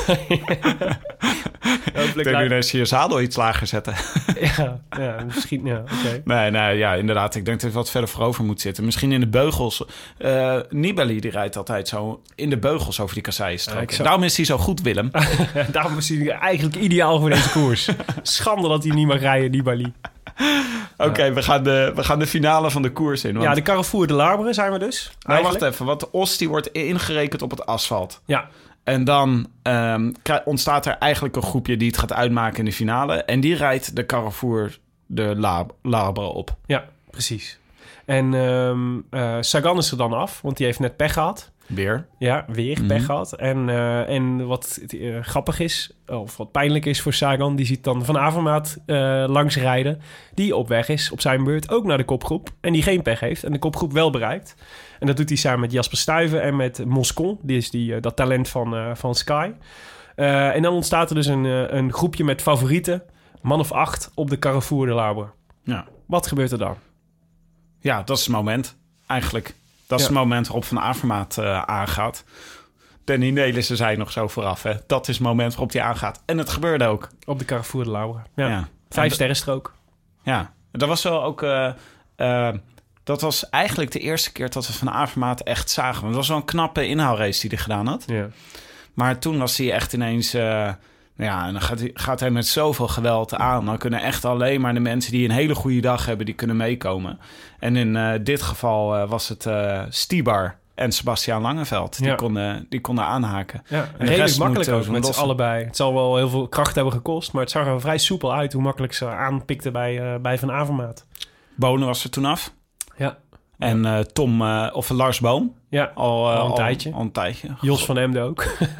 Speaker 4: Hopelijk
Speaker 7: Ik denk nu dat je je zadel iets lager zetten.
Speaker 4: ja, ja, misschien, ja, oké. Okay.
Speaker 7: Nee, nee, ja, inderdaad. Ik denk dat het wat verder voorover moet zitten. Misschien in de beugels. Uh, Nibali, die rijdt altijd zo in de beugels over die kasseienstrook.
Speaker 4: Ja,
Speaker 7: Daarom is hij zo goed, Willem.
Speaker 4: Daarom is hij eigenlijk ideaal voor deze koers. Schande dat hij niet mag rijden, Nibali.
Speaker 7: Oké, okay, ja. we, gaan de, we gaan de finale van de koers in. Want...
Speaker 4: Ja, de Carrefour de Larbre zijn we dus.
Speaker 7: Nou, wacht even. Want Os die wordt ingerekend op het asfalt.
Speaker 4: Ja.
Speaker 7: En dan um, ontstaat er eigenlijk een groepje die het gaat uitmaken in de finale. En die rijdt de Carrefour de Larbre op.
Speaker 4: Ja, precies. En um, uh, Sagan is er dan af, want die heeft net pech gehad.
Speaker 7: Weer?
Speaker 4: Ja, weer
Speaker 7: mm-hmm.
Speaker 4: pech gehad. En, uh, en wat uh, grappig is, of wat pijnlijk is voor Sagan... die ziet dan Van Avermaat uh, langs rijden... die op weg is, op zijn beurt, ook naar de kopgroep... en die geen pech heeft en de kopgroep wel bereikt. En dat doet hij samen met Jasper Stuyven en met Moscon. Die is die, uh, dat talent van, uh, van Sky. Uh, en dan ontstaat er dus een, uh, een groepje met favorieten. Man of acht op de Carrefour de Lauber.
Speaker 7: Ja.
Speaker 4: Wat gebeurt er dan?
Speaker 7: Ja, dat is het moment eigenlijk. Dat is
Speaker 4: Ja.
Speaker 7: het moment waarop Van Avermaat uh, aangaat. Danny Nelissen zei nog zo vooraf. Hè? Dat is het moment waarop hij aangaat. En het gebeurde ook.
Speaker 4: Op de Carrefour de Lauber. Ja.
Speaker 7: Ja.
Speaker 4: Vijf
Speaker 7: En
Speaker 4: sterrenstrook.
Speaker 7: Ja, dat was wel ook... Uh, uh, dat was eigenlijk de eerste keer dat we Van Avermaat echt zagen. Want het was wel een knappe inhaalrace die hij gedaan had.
Speaker 4: Ja.
Speaker 7: Maar toen was hij echt ineens... Uh, ja, en dan gaat hij, gaat hij met zoveel geweld aan. Dan kunnen echt alleen maar de mensen die een hele goede dag hebben... die kunnen meekomen. En in uh, dit geval uh, was het uh, Stybar en Sebastiaan Langeveld. Die,
Speaker 4: Ja.
Speaker 7: konden, die konden aanhaken.
Speaker 4: Ja,
Speaker 7: En de
Speaker 4: redelijk
Speaker 7: rest
Speaker 4: makkelijk
Speaker 7: moet, uh,
Speaker 4: ook met z'n
Speaker 7: lossen.
Speaker 4: allebei. Het zal wel heel veel kracht hebben gekost, maar het zag er vrij soepel uit hoe makkelijk ze aanpikten bij, uh, bij Van Avermaat.
Speaker 7: Bonen was er toen af.
Speaker 4: Ja.
Speaker 7: En uh, Tom, uh, of Lars Boom.
Speaker 4: Ja,
Speaker 7: Al, uh,
Speaker 4: al een tijdje.
Speaker 7: Al een tijdje.
Speaker 4: Jos van Emden ook.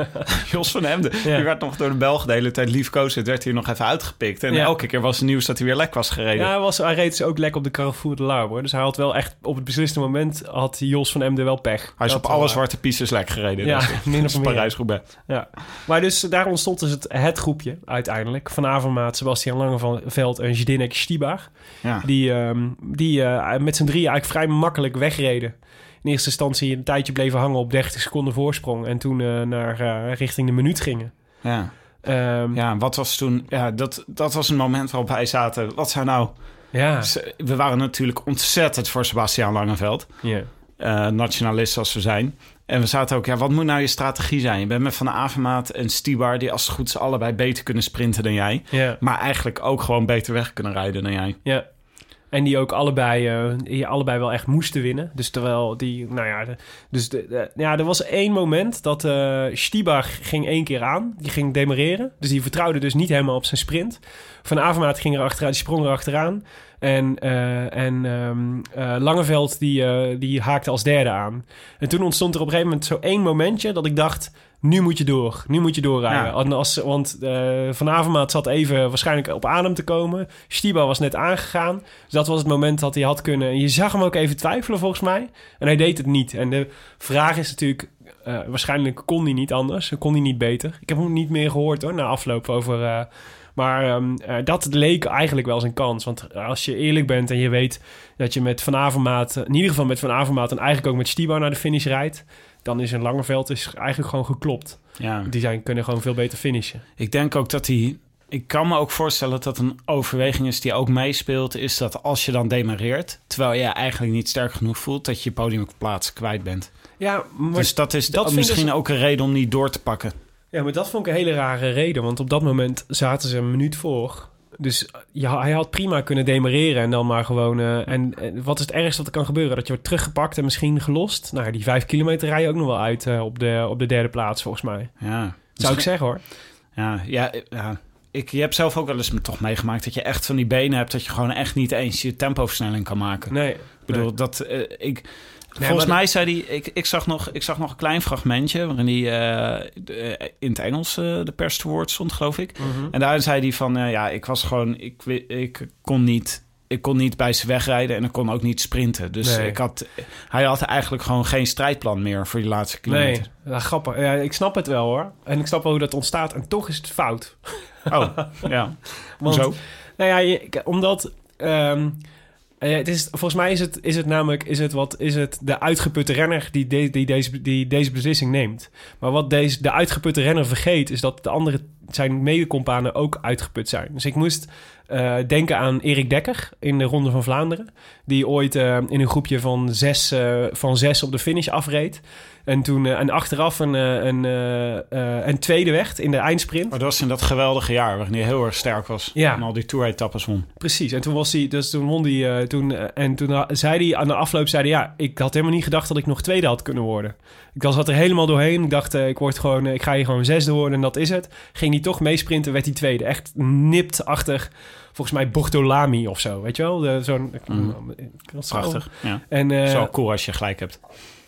Speaker 7: Jos van Emden.
Speaker 4: Ja.
Speaker 7: Die werd nog door de Belgen de hele tijd liefkozen. Het werd hier nog even uitgepikt. En
Speaker 4: Ja.
Speaker 7: elke keer was het nieuws dat hij weer lek was gereden.
Speaker 4: Ja, hij, was, hij reed dus ook lekker op de Carrefour de Lauber. Dus hij had wel echt, op het beslissende moment had Jos van Emden wel pech.
Speaker 7: Hij is
Speaker 4: Dat
Speaker 7: op alle
Speaker 4: wel,
Speaker 7: zwarte pistes lek gereden.
Speaker 4: Ja,
Speaker 7: dus,
Speaker 4: min of
Speaker 7: dus
Speaker 4: meer.
Speaker 7: Parijs-Roubaix.
Speaker 4: Ja. Maar dus daar ontstond dus het, het groepje uiteindelijk. Van Avermaat, Sebastiaan Langeveld en Zdeněk Stybar.
Speaker 7: Ja.
Speaker 4: Die, um, die uh, met z'n drieën eigenlijk vrij makkelijk wegreden. In eerste instantie een tijdje bleven hangen op dertig seconden voorsprong. En toen uh, naar uh, richting de minuut gingen.
Speaker 7: Ja.
Speaker 4: Um,
Speaker 7: Ja, wat was toen... Ja, dat, dat was een moment waarop wij zaten. Wat zou nou...
Speaker 4: ja.
Speaker 7: We waren natuurlijk ontzettend voor Sebastiaan Langeveld.
Speaker 4: Ja.
Speaker 7: Uh, nationalist als we zijn. En we zaten ook... Ja, wat moet nou je strategie zijn? Je bent met Van Avermaat en Stybar... die als het goed is allebei beter kunnen sprinten dan jij.
Speaker 4: Ja.
Speaker 7: Maar eigenlijk ook gewoon beter weg kunnen rijden dan jij.
Speaker 4: Ja. En die ook allebei, uh, die allebei wel echt moesten winnen. Dus terwijl die, nou ja, de, dus de, de, ja, er was één moment dat uh, Stybar ging één keer aan. Die ging demareren. Dus die vertrouwde dus niet helemaal op zijn sprint. Van Avermaat ging er achteraan, die sprong er achteraan. En, uh, en um, uh, Langeveld die, uh, die haakte als derde aan. En toen ontstond er op een gegeven moment zo één momentje dat ik dacht... Nu moet je door. Nu moet je doorrijden.
Speaker 7: Ja.
Speaker 4: En als, want uh, Van Avermaat zat even waarschijnlijk op adem te komen. Stybar was net aangegaan. Dus dat was het moment dat hij had kunnen... En je zag hem ook even twijfelen volgens mij. En hij deed het niet. En de vraag is natuurlijk... Uh, waarschijnlijk kon hij niet anders. Kon hij niet beter. Ik heb hem niet meer gehoord hoor, na afloop over... Uh, maar um, uh, dat leek eigenlijk wel zijn kans. Want als je eerlijk bent en je weet dat je met Van Avermaat... in ieder geval met Van Avermaat en eigenlijk ook met Stybar naar de finish rijdt... dan is een Langeveld is eigenlijk gewoon geklopt.
Speaker 7: Ja.
Speaker 4: Die zijn, kunnen gewoon veel beter finishen.
Speaker 7: Ik denk ook dat hij... Ik kan me ook voorstellen dat een overweging is die ook meespeelt... is dat als je dan demareert... terwijl je eigenlijk niet sterk genoeg voelt... dat je je podiumplaats kwijt bent.
Speaker 4: Ja, maar
Speaker 7: Dus dat is
Speaker 4: dat
Speaker 7: misschien
Speaker 4: vinden ze-
Speaker 7: ook een reden om niet door te pakken.
Speaker 4: Ja, maar dat vond ik een hele rare reden. Want op dat moment zaten ze een minuut voor. Dus ja, hij had prima kunnen demareren en dan maar gewoon... Uh, en, en wat is het ergste wat er kan gebeuren? Dat je wordt teruggepakt en misschien gelost. Nou, die vijf kilometer rij je ook nog wel uit uh, op, de, op de derde plaats, volgens mij.
Speaker 7: Ja.
Speaker 4: Zou ik zeggen, hoor.
Speaker 7: Ja, ja, ja. Ik, je hebt zelf ook wel eens toch meegemaakt... dat je echt van die benen hebt... dat je gewoon echt niet eens je tempoversnelling kan maken.
Speaker 4: Nee.
Speaker 7: Ik bedoel,
Speaker 4: nee.
Speaker 7: dat... Uh, ik...
Speaker 4: Nee,
Speaker 7: Volgens
Speaker 4: maar
Speaker 7: mij zei hij... Ik, ik, zag nog, ik zag nog een klein fragmentje... waarin hij uh, de, in het Engels uh, de pers to word stond, geloof ik.
Speaker 4: Mm-hmm.
Speaker 7: En daarin zei hij van... Uh, ja, ik was gewoon... Ik, ik, kon niet, ik kon niet bij ze wegrijden... en ik kon ook niet sprinten. Dus
Speaker 4: Nee.
Speaker 7: ik had, hij had eigenlijk gewoon geen strijdplan meer... voor die laatste kilometer.
Speaker 4: Nee, ja, grappig. Ja, ik snap het wel, hoor. En ik snap wel hoe dat ontstaat. En toch is het fout.
Speaker 7: Oh, ja.
Speaker 4: Want,
Speaker 7: Hoezo?
Speaker 4: Nou ja, je, omdat... Um, uh, het is, volgens mij is het, is het namelijk is het wat, is het de uitgeputte renner die, de, die, deze, die deze beslissing neemt. Maar wat deze, de uitgeputte renner vergeet... is dat de andere, zijn medecompanen ook uitgeput zijn. Dus ik moest uh, denken aan Erik Dekker in de Ronde van Vlaanderen... die ooit uh, in een groepje van zes, uh, van zes op de finish afreed... En toen uh, en achteraf een, uh, een, uh, uh, een tweede werd in de eindsprint.
Speaker 7: Maar dat was in dat geweldige jaar waarin hij heel erg sterk was.
Speaker 4: Ja.
Speaker 7: En al die tour-etappes won.
Speaker 4: Precies. En toen was hij, dus toen won hij, uh, toen, uh, en toen uh, zei hij aan de afloop, zei hij, ja, ik had helemaal niet gedacht dat ik nog tweede had kunnen worden. Ik was zat er helemaal doorheen. Ik dacht, uh, ik word gewoon, uh, ik ga hier gewoon zesde worden en dat is het. Ging hij toch meesprinten, werd hij tweede. Echt nipt achter, volgens mij Bortolami of zo, weet je wel? De, zo'n,
Speaker 7: Mm. Prachtig. Ja.
Speaker 4: En, uh,
Speaker 7: Zo cool als je gelijk hebt.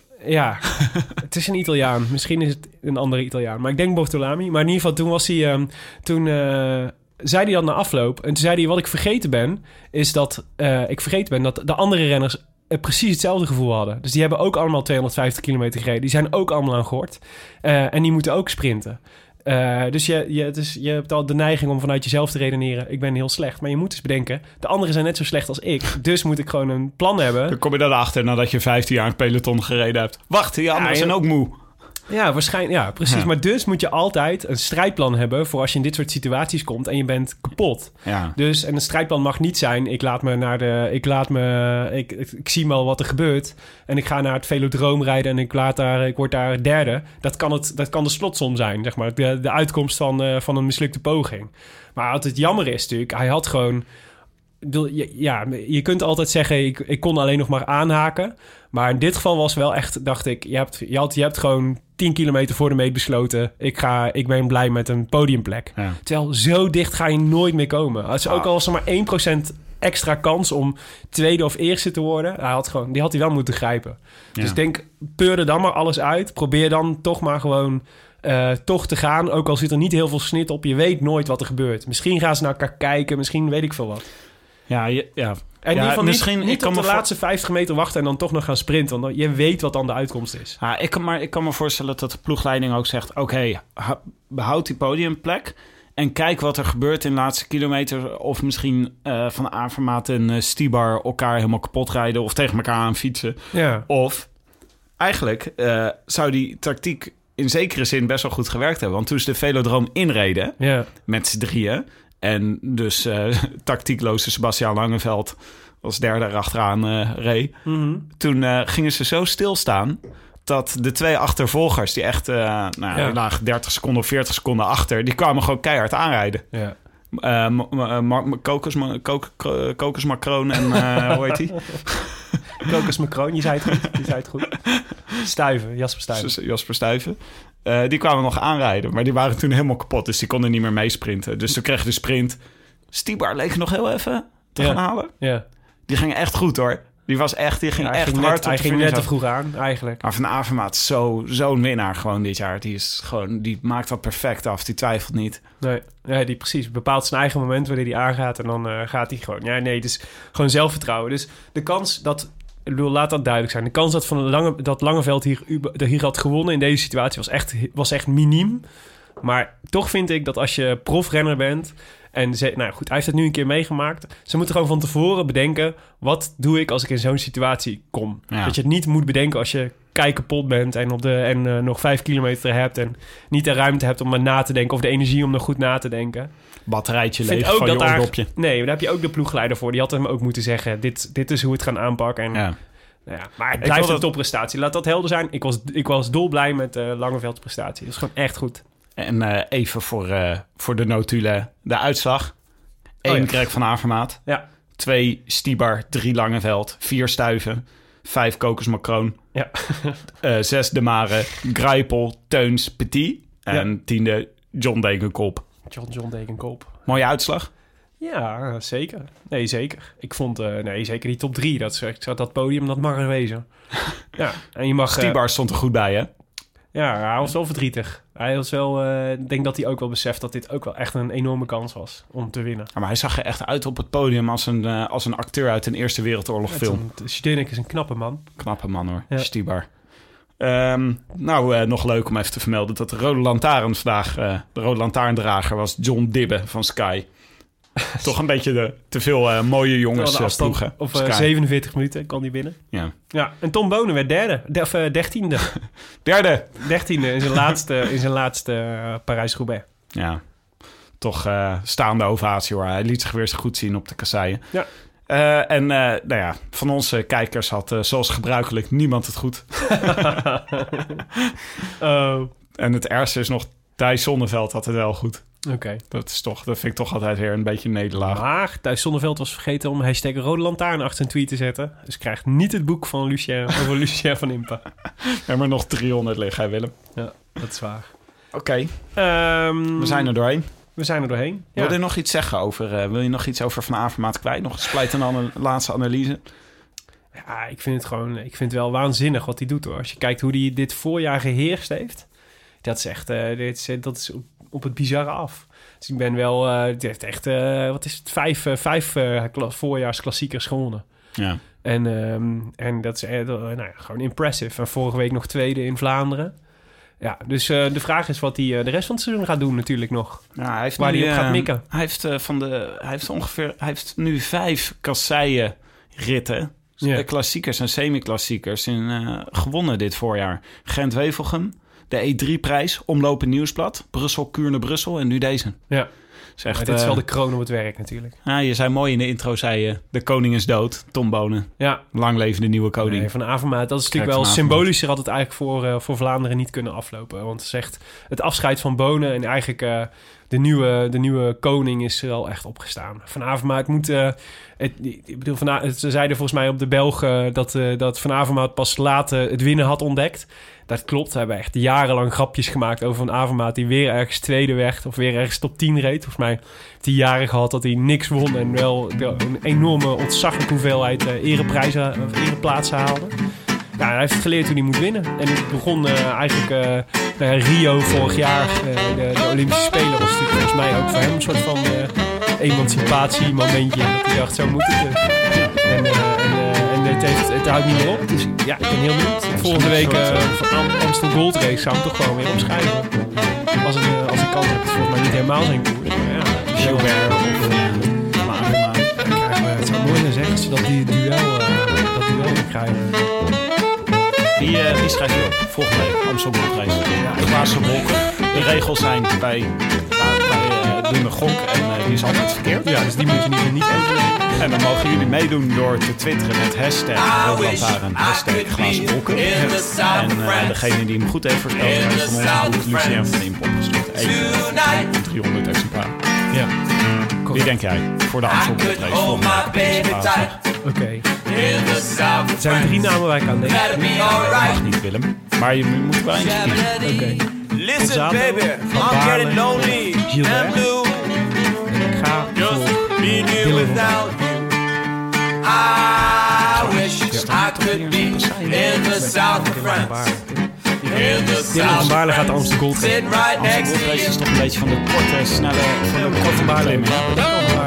Speaker 4: Ja, het is een Italiaan. Misschien is het een andere Italiaan. Maar ik denk Bortolami. Maar in ieder geval, toen was hij... Um, toen uh, zei hij dat na afloop. En toen zei hij, wat ik vergeten ben... is dat uh, ik vergeten ben dat de andere renners... Uh, precies hetzelfde gevoel hadden. Dus die hebben ook allemaal tweehonderdvijftig kilometer gereden. Die zijn ook allemaal aan gort. Uh, en die moeten ook sprinten. Uh, dus je, je, dus je hebt al de neiging om vanuit jezelf te redeneren. Ik ben heel slecht. Maar je moet eens bedenken, de anderen zijn net zo slecht als ik. Dus moet ik gewoon een plan hebben.
Speaker 7: Dan kom je daarachter nadat je vijftien jaar een peloton gereden hebt. Wacht, die anderen
Speaker 4: ja,
Speaker 7: zijn ook moe.
Speaker 4: Ja, waarschijnlijk. Ja, precies.
Speaker 7: Ja.
Speaker 4: Maar dus moet je altijd een strijdplan hebben voor als je in dit soort situaties komt en je bent kapot.
Speaker 7: Ja.
Speaker 4: Dus, en een strijdplan mag niet zijn, ik laat me naar de, ik laat me, ik, ik, ik zie wel wat er gebeurt en ik ga naar het velodroom rijden en ik laat daar, ik word daar derde. Dat kan het, dat kan de slotsom zijn, zeg maar, de, de uitkomst van, uh, van een mislukte poging. Maar wat het jammer is natuurlijk, hij had gewoon, ja, je kunt altijd zeggen, ik, ik kon alleen nog maar aanhaken. Maar in dit geval was wel echt, dacht ik, je hebt, je had, je hebt gewoon tien kilometer voor de meet besloten. Ik, ga, ik ben blij met een podiumplek. Ja. Terwijl zo dicht ga je nooit meer komen. Het is ah. ook al maar één procent extra kans om tweede of eerste te worden. Hij had gewoon, die had hij wel moeten grijpen. Ja. Dus denk, peur er dan maar alles uit. Probeer dan toch maar gewoon uh, toch te gaan. Ook al zit er niet heel veel snit op. Je weet nooit wat er gebeurt. Misschien gaan ze naar elkaar kijken. Misschien weet ik veel wat.
Speaker 7: Ja, je, ja.
Speaker 4: En in
Speaker 7: ja,
Speaker 4: ieder geval
Speaker 7: misschien,
Speaker 4: niet, niet
Speaker 7: ik
Speaker 4: op de
Speaker 7: voor...
Speaker 4: laatste vijftig meter wachten en dan toch nog gaan sprinten. Want je weet wat dan de uitkomst is.
Speaker 7: Ja, ik kan, maar ik kan me voorstellen dat de ploegleiding ook zegt... oké, okay, behoud die podiumplek en kijk wat er gebeurt in de laatste kilometer. Of misschien uh, Van Avermaat en uh, Stybar elkaar helemaal kapot rijden... of tegen elkaar aan fietsen.
Speaker 4: Ja.
Speaker 7: Of eigenlijk uh, zou die tactiek in zekere zin best wel goed gewerkt hebben. Want toen ze de velodroom inreden
Speaker 4: ja.
Speaker 7: met z'n drieën... en dus uh, tactiekloze Sebastian Langeveld als derde erachteraan uh, reed.
Speaker 4: Mm-hmm.
Speaker 7: Toen uh, gingen ze zo stilstaan dat de twee achtervolgers... die echt uh, nou,
Speaker 4: ja.
Speaker 7: lagen dertig seconden of veertig seconden achter... die kwamen gewoon keihard aanrijden.
Speaker 4: Ja.
Speaker 7: Uh, m- m- m- Kokos, m- Kok- Kokos Macron en uh, hoe heet die?
Speaker 4: Kokos Macron, je zei het goed. Je zei het goed. Stuyven, Jasper Stuyven.
Speaker 7: Jasper Stuyven. Uh, die kwamen nog aanrijden, maar die waren toen helemaal kapot. Dus die konden niet meer meesprinten. Dus toen kreeg je de sprint. Stybar leek nog heel even te
Speaker 4: ja.
Speaker 7: gaan halen.
Speaker 4: Ja.
Speaker 7: Die ging echt goed hoor. Die was echt, die ging
Speaker 4: ja, hij
Speaker 7: echt
Speaker 4: ging
Speaker 7: hard.
Speaker 4: Net, hij ging net te vroeg aan, eigenlijk.
Speaker 7: Maar Van Avermaat, zo, zo'n winnaar gewoon dit jaar. Die, is gewoon, die maakt dat perfect af. Die twijfelt niet.
Speaker 4: Nee, ja, die precies bepaalt zijn eigen moment wanneer hij aangaat. En dan uh, gaat hij gewoon. Ja, nee, dus gewoon zelfvertrouwen. Dus de kans dat... Ik bedoel, laat dat duidelijk zijn. De kans dat, van Lange, dat Langeveld hier, hier had gewonnen in deze situatie was echt, was echt miniem. Maar toch vind ik dat als je profrenner bent... en ze, nou goed, hij heeft het nu een keer meegemaakt... ze moeten gewoon van tevoren bedenken... wat doe ik als ik in zo'n situatie kom?
Speaker 7: Ja.
Speaker 4: Dat je het niet moet bedenken als je kei kapot bent... en, op de, en uh, nog vijf kilometer hebt... en niet de ruimte hebt om maar na te denken... of de energie om nog goed na te denken.
Speaker 7: Batterijtje
Speaker 4: Vind
Speaker 7: leeg
Speaker 4: ook
Speaker 7: van
Speaker 4: dat
Speaker 7: je
Speaker 4: daar,
Speaker 7: oordopje.
Speaker 4: Nee, daar heb je ook de ploegleider voor. Die had hem ook moeten zeggen... dit, dit is hoe we het gaan aanpakken. En,
Speaker 7: Ja.
Speaker 4: nou ja, maar het blijft een
Speaker 7: dat...
Speaker 4: topprestatie. Laat dat helder zijn. Ik was, ik was dolblij met uh, Langevelds prestatie. Dat is gewoon echt goed.
Speaker 7: En uh, even voor, uh, voor de notulen de uitslag. Eén
Speaker 4: Oh ja.
Speaker 7: Greg van Avermaat.
Speaker 4: Ja.
Speaker 7: Twee Stybar, drie Langeveld, vier Stuyven, vijf Kokos Macron,
Speaker 4: Ja.
Speaker 7: uh, zes De Mare, Greipel, Teuns, Petit en
Speaker 4: Ja.
Speaker 7: tiende John Degenkolb.
Speaker 4: John John Degenkolb.
Speaker 7: Mooie uitslag.
Speaker 4: Ja, zeker. Nee, zeker. Ik vond, uh, nee, zeker die top drie. Dat, is, dat podium, dat mag er wezen. Ja, en je mag... Uh,
Speaker 7: Stybar stond er goed bij, hè?
Speaker 4: ja, hij was wel verdrietig. Hij was wel... uh, ik denk dat hij ook wel beseft dat dit ook wel echt een enorme kans was om te winnen.
Speaker 7: Ja, maar hij zag er echt uit op het podium als een, uh, als een acteur uit een Eerste Wereldoorlog film.
Speaker 4: Zdenek is een knappe man.
Speaker 7: Knappe man, hoor.
Speaker 4: Ja.
Speaker 7: Stybar. Um, nou, uh, nog leuk om even te vermelden dat de Rode Lantaarn vandaag... Uh, de Rode Lantaarndrager was John Dibbe van Sky. Toch een beetje de, te veel uh, mooie jongens uh, ploegen.
Speaker 4: Of uh, zevenenveertig minuten kan die binnen.
Speaker 7: Ja.
Speaker 4: Ja, en Tom Bonen werd derde. De, of uh, dertiende.
Speaker 7: Derde.
Speaker 4: Dertiende in zijn laatste, in zijn laatste uh, Parijs-Roubaix.
Speaker 7: Ja, toch uh, staande ovatie hoor. Hij liet zich weer zo goed zien op de kasseien.
Speaker 4: Ja.
Speaker 7: Uh, en uh, nou ja, van onze kijkers had uh, zoals gebruikelijk niemand het goed.
Speaker 4: oh.
Speaker 7: En het ergste is nog, Thijs Zonneveld had het wel goed.
Speaker 4: Oké. Okay.
Speaker 7: Dat is toch, dat vind ik toch altijd weer een beetje een nederlaag.
Speaker 4: Maar Thijs Zonneveld was vergeten om hashtag Rode Lantaarn achter zijn tweet te zetten. Dus krijgt niet het boek van Lucien, over Lucien van Impe.
Speaker 7: We hebben er nog driehonderd liggen, hè, Willem?
Speaker 4: Ja, dat is waar.
Speaker 7: Oké,
Speaker 4: okay. um,
Speaker 7: we zijn er doorheen.
Speaker 4: We zijn er doorheen. Ja.
Speaker 7: Wil je nog iets zeggen over... Uh, wil je nog iets over Van Avermaat kwijt? Nog een splijtende laatste analyse?
Speaker 4: Ja, ik vind het gewoon... Ik vind het wel waanzinnig wat hij doet, hoor. Als je kijkt hoe hij dit voorjaar geheerst heeft. Dat is echt... Uh, dit is, dat is op, op het bizarre af. Dus ik ben wel... Uh, het heeft echt... Uh, wat is het? Vijf, uh, vijf uh, kla- voorjaarsklassiekers gewonnen.
Speaker 7: Ja.
Speaker 4: En, um, en dat is uh, nou ja, gewoon impressive. En vorige week nog tweede in Vlaanderen. Ja, dus uh, de vraag is wat hij uh, de rest van het seizoen gaat doen natuurlijk nog.
Speaker 7: Nou, hij heeft
Speaker 4: waar
Speaker 7: nu,
Speaker 4: hij op gaat
Speaker 7: uh,
Speaker 4: mikken.
Speaker 7: Hij heeft, uh, van de, hij heeft ongeveer hij heeft nu vijf kasseien ritten. Ja. Klassiekers en semi-klassiekers in, uh, gewonnen dit voorjaar. Gent-Wevelgem, de E drie prijs, Omlopen Nieuwsblad, Brussel-Kuurne-Brussel en nu deze.
Speaker 4: Ja.
Speaker 7: Echt,
Speaker 4: maar dit is
Speaker 7: uh,
Speaker 4: wel de kroon op het werk natuurlijk.
Speaker 7: Ja, je zei mooi in de intro, zei je, de koning is dood, Tom Bonen.
Speaker 4: Ja.
Speaker 7: Lang leven de nieuwe koning.
Speaker 4: Nee, van Avermaat, dat is natuurlijk
Speaker 7: Kijk,
Speaker 4: wel symbolischer had het eigenlijk voor, uh, voor Vlaanderen niet kunnen aflopen. Want het zegt het afscheid van Bonen en eigenlijk uh, de, nieuwe, de nieuwe koning is er al echt opgestaan. Van Avermaat moet... Uh, het, ik bedoel, van, ze zeiden volgens mij op de Belgen dat, uh, dat Van Avermaat pas later het winnen had ontdekt. Dat klopt. We hebben echt jarenlang grapjes gemaakt over Van Avermaat die weer ergens tweede werd of weer ergens top tien reed. Volgens mij heeft hij jaren gehad dat hij niks won en wel een enorme ontzaglijke hoeveelheid uh, ereprijzen of ereplaatsen haalde. Ja, hij heeft geleerd hoe hij moet winnen. En het begon uh, eigenlijk uh, bij Rio vorig jaar, uh, de, de Olympische Spelen, was natuurlijk volgens mij ook voor hem een soort van uh, emancipatiemomentje. Dat hij dacht, zo moet het. Uh. En, uh, en, uh, en het, heeft, het houdt niet meer op. Dus ja, ik ben heel benieuwd. Volgende week uh, van Am- Amstel Gold Race zou hem toch gewoon weer opschrijven. Als ik uh, als ik kans heb, is volgens mij niet helemaal zijn koers. Ja,
Speaker 7: Gilbert of uh, Avermaat.
Speaker 4: Het zou mooi zijn zeggen als ze dat die duel, uh, dat duel weer krijgen.
Speaker 7: Die, uh, die schrijf je op. Volgende week, Amstel Gold Race. Ja, de glazen wolken. De regels zijn bij, bij uh, doen de gok en uh, die is altijd verkeerd.
Speaker 4: Ja, dus die moet je niet, niet overleggen.
Speaker 7: En dan mogen jullie meedoen door te twitteren met hashtag Roodlantaarn, hashtag glazen wolken. En uh, degene die hem goed heeft voorspeld, heeft van ons moet Lucien van Impop gesloten. Even driehonderd exemplaren.
Speaker 4: Ja.
Speaker 7: Wie denk jij voor de Amstel Gold Race volgende week?
Speaker 4: Oké. Okay. Er zijn drie namen waar ik aan denk.
Speaker 7: Dat mag niet, Willem. Maar je moet er wel eentje kiezen.
Speaker 4: Oké. Okay.
Speaker 6: Listen, baby, I'm getting lonely and blue.
Speaker 4: Ik ga voor
Speaker 6: Dylan I wish I could be in the south of France.
Speaker 4: Dylan van Baarle gaat de Amstel Gold Race.
Speaker 7: Amstel Gold Race is toch een beetje van de korte, snelle, van de korte baarlimmen.
Speaker 4: Ik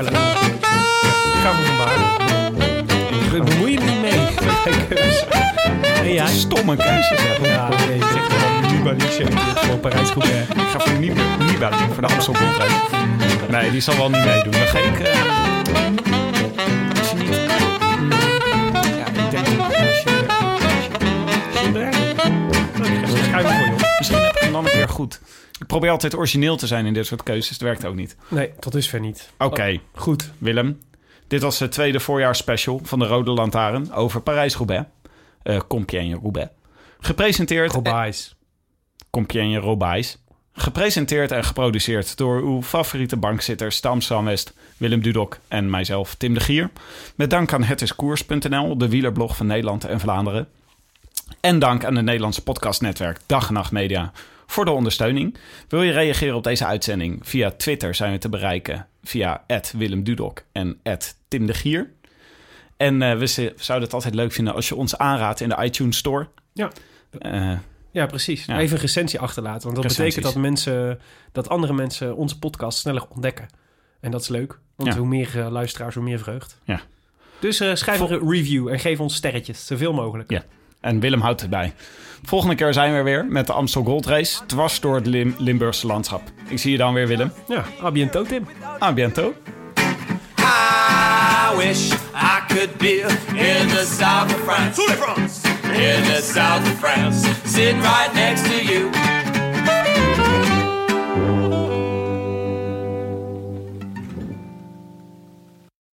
Speaker 4: ga voor Van Baarle. Ik bemoei je niet mee.
Speaker 7: En jij? Stomme keuzes.
Speaker 4: Ja, nee, ik zeg dan Nibali voor Parijs-Roubaix.
Speaker 7: Ik ga voor Nibali voor de Amstel Gold Race. Nee, die zal wel niet meedoen. Dan ga ik... Uh, als je niet... Mm, ja, ik denk dat als je...
Speaker 4: Gilbert?
Speaker 7: Misschien heb ik hem dan een keer goed. Ik probeer altijd origineel te zijn in dit soort keuzes. Dat werkt ook niet.
Speaker 4: Nee, tot dusver niet.
Speaker 7: Oké. Okay.
Speaker 4: Oh, goed.
Speaker 7: Willem, dit was de tweede voorjaarsspecial van de Rode Lantaarn over Parijs-Roubaix. Uh, Compiègne-Roubaix. Gepresenteerd...
Speaker 4: Roubaix.
Speaker 7: Compiègne-Roubaix. Gepresenteerd en geproduceerd door uw favoriete bankzitter Stam Samwest, Willem Dudok en mijzelf, Tim de Gier. Met dank aan hetiskoers punt n l, de wielerblog van Nederland en Vlaanderen. En dank aan het Nederlandse podcastnetwerk Dag en Nacht Media voor de ondersteuning. Wil je reageren op deze uitzending? Via Twitter zijn we te bereiken via at Willem Dudok en at Tim de Gier. En uh, we zouden het altijd leuk vinden als je ons aanraadt in de iTunes Store.
Speaker 4: Ja.
Speaker 7: Uh,
Speaker 4: Ja, precies.
Speaker 7: Ja.
Speaker 4: Even een recensie achterlaten. Want dat
Speaker 7: Recensies.
Speaker 4: betekent dat mensen, dat andere mensen onze podcast sneller ontdekken. En dat is leuk. Want
Speaker 7: Ja.
Speaker 4: hoe meer uh, luisteraars, hoe meer vreugd.
Speaker 7: Ja.
Speaker 4: Dus uh, schrijf
Speaker 7: Vol-
Speaker 4: een review en geef ons sterretjes. Zoveel mogelijk.
Speaker 7: Ja. En Willem houdt erbij. Volgende keer zijn we weer met de Amstel Gold Race. Dwars door het Lim- Limburgse landschap. Ik zie je dan weer, Willem.
Speaker 4: Ja, à bientôt, Tim.
Speaker 7: A bientôt.
Speaker 6: I wish I could be in the south of France. In the south of France, sitting right next to you.